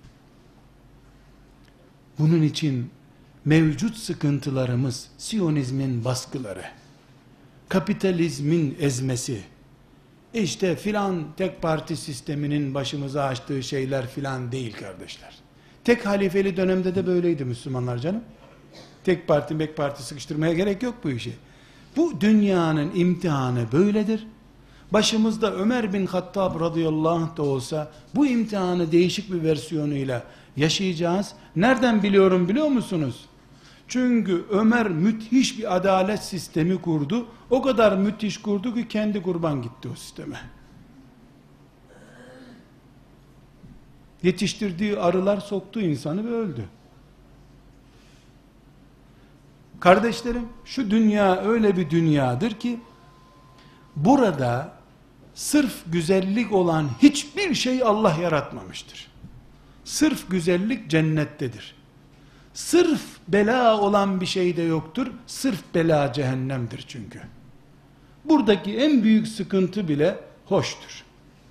Bunun için mevcut sıkıntılarımız, Siyonizmin baskıları, kapitalizmin ezmesi, işte filan tek parti sisteminin başımıza açtığı şeyler filan değil kardeşler. Tek halifeli dönemde de böyleydi Müslümanlar canım. Tek parti sıkıştırmaya gerek yok bu işe. Bu dünyanın imtihanı böyledir. Başımızda Ömer bin Hattab radıyallahu anh da olsa bu imtihanı değişik bir versiyonuyla yaşayacağız. Nereden biliyorum biliyor musunuz? Çünkü Ömer müthiş bir adalet sistemi kurdu. O kadar müthiş kurdu ki kendi kurban gitti o sisteme. Yetiştirdiği arılar soktu insanı ve öldü. Kardeşlerim, şu dünya öyle bir dünyadır ki burada sırf güzellik olan hiçbir şey Allah yaratmamıştır. Sırf güzellik cennettedir. Sırf bela olan bir şey de yoktur. Sırf bela cehennemdir çünkü. Buradaki en büyük sıkıntı bile hoştur.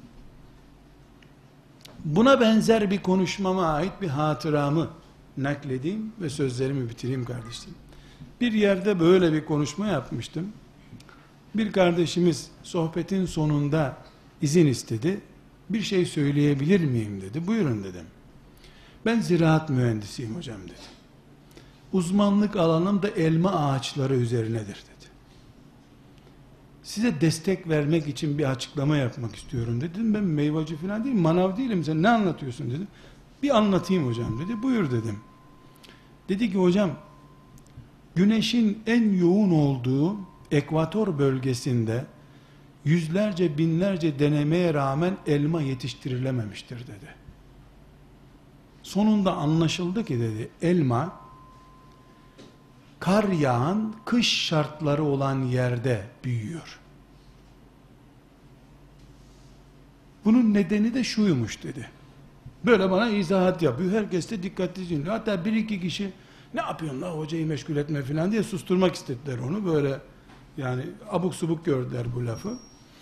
Buna benzer bir konuşmama ait bir hatıramı nakledeyim ve sözlerimi bitireyim kardeşlerim. Bir yerde böyle bir konuşma yapmıştım. Bir kardeşimiz sohbetin sonunda izin istedi. Bir şey söyleyebilir miyim dedi. Buyurun dedim. Ben ziraat mühendisiyim hocam dedi. Uzmanlık alanım da elma ağaçları üzerinedir dedi. Size destek vermek için bir açıklama yapmak istiyorum dedim. Ben meyvacı falan değilim, manav değilim. Sen ne anlatıyorsun dedim. Bir anlatayım hocam dedi. Buyur dedim. Dedi ki hocam, güneşin en yoğun olduğu ekvator bölgesinde yüzlerce binlerce denemeye rağmen elma yetiştirilememiştir dedi. Sonunda anlaşıldı ki dedi, elma kar yağan kış şartları olan yerde büyüyor. Bunun nedeni de şuymuş dedi. Böyle bana izahat yapıyor. Herkes de dikkatli dinliyor. Hatta bir iki kişi ne yapıyorsun la hocayı meşgul etme falan diye susturmak istediler onu. Böyle yani abuk subuk gördüler bu lafı.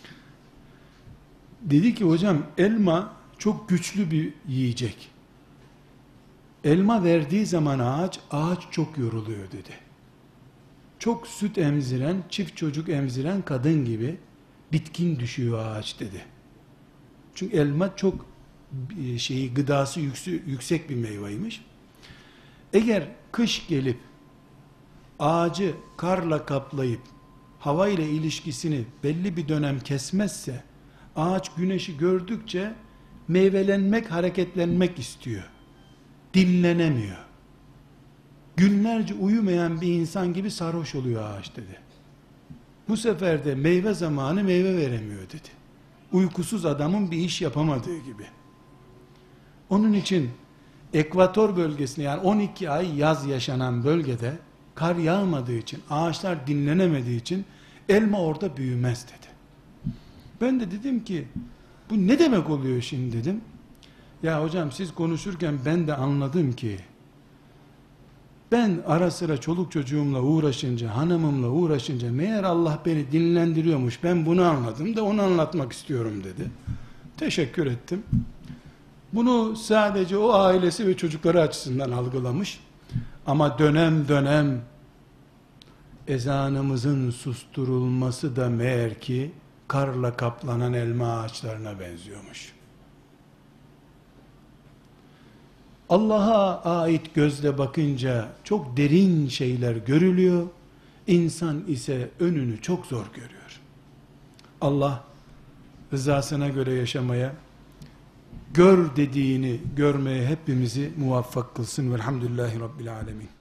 Dedi ki hocam elma çok güçlü bir yiyecek. Elma verdiği zaman ağaç çok yoruluyor dedi. Çok süt emziren, çift çocuk emziren kadın gibi bitkin düşüyor ağaç dedi. Çünkü elma çok gıdası yüksek bir meyveymiş. Eğer kış gelip ağacı karla kaplayıp hava ile ilişkisini belli bir dönem kesmezse ağaç güneşi gördükçe meyvelenmek, hareketlenmek istiyor. Dinlenemiyor. Günlerce uyumayan bir insan gibi sarhoş oluyor ağaç dedi. Bu sefer de meyve zamanı meyve veremiyor dedi. Uykusuz adamın bir iş yapamadığı gibi. Onun için ekvator bölgesinde yani 12 ay yaz yaşanan bölgede kar yağmadığı için, ağaçlar dinlenemediği için elma orada büyümez dedi. Ben de dedim ki bu ne demek oluyor şimdi dedim. Ya hocam siz konuşurken ben de anladım ki ben ara sıra çoluk çocuğumla uğraşınca, hanımımla uğraşınca meğer Allah beni dinlendiriyormuş. Ben bunu anladım da onu anlatmak istiyorum dedi. Teşekkür ettim. Bunu sadece o ailesi ve çocukları açısından algılamış. Ama dönem dönem ezanımızın susturulması da meğer ki karla kaplanan elma ağaçlarına benziyormuş. Allah'a ait gözle bakınca çok derin şeyler görülüyor. İnsan ise önünü çok zor görüyor. Allah rızasına göre yaşamaya, gör dediğini görmeye hepimizi muvaffak kılsın. Velhamdülillahi Rabbil alemin.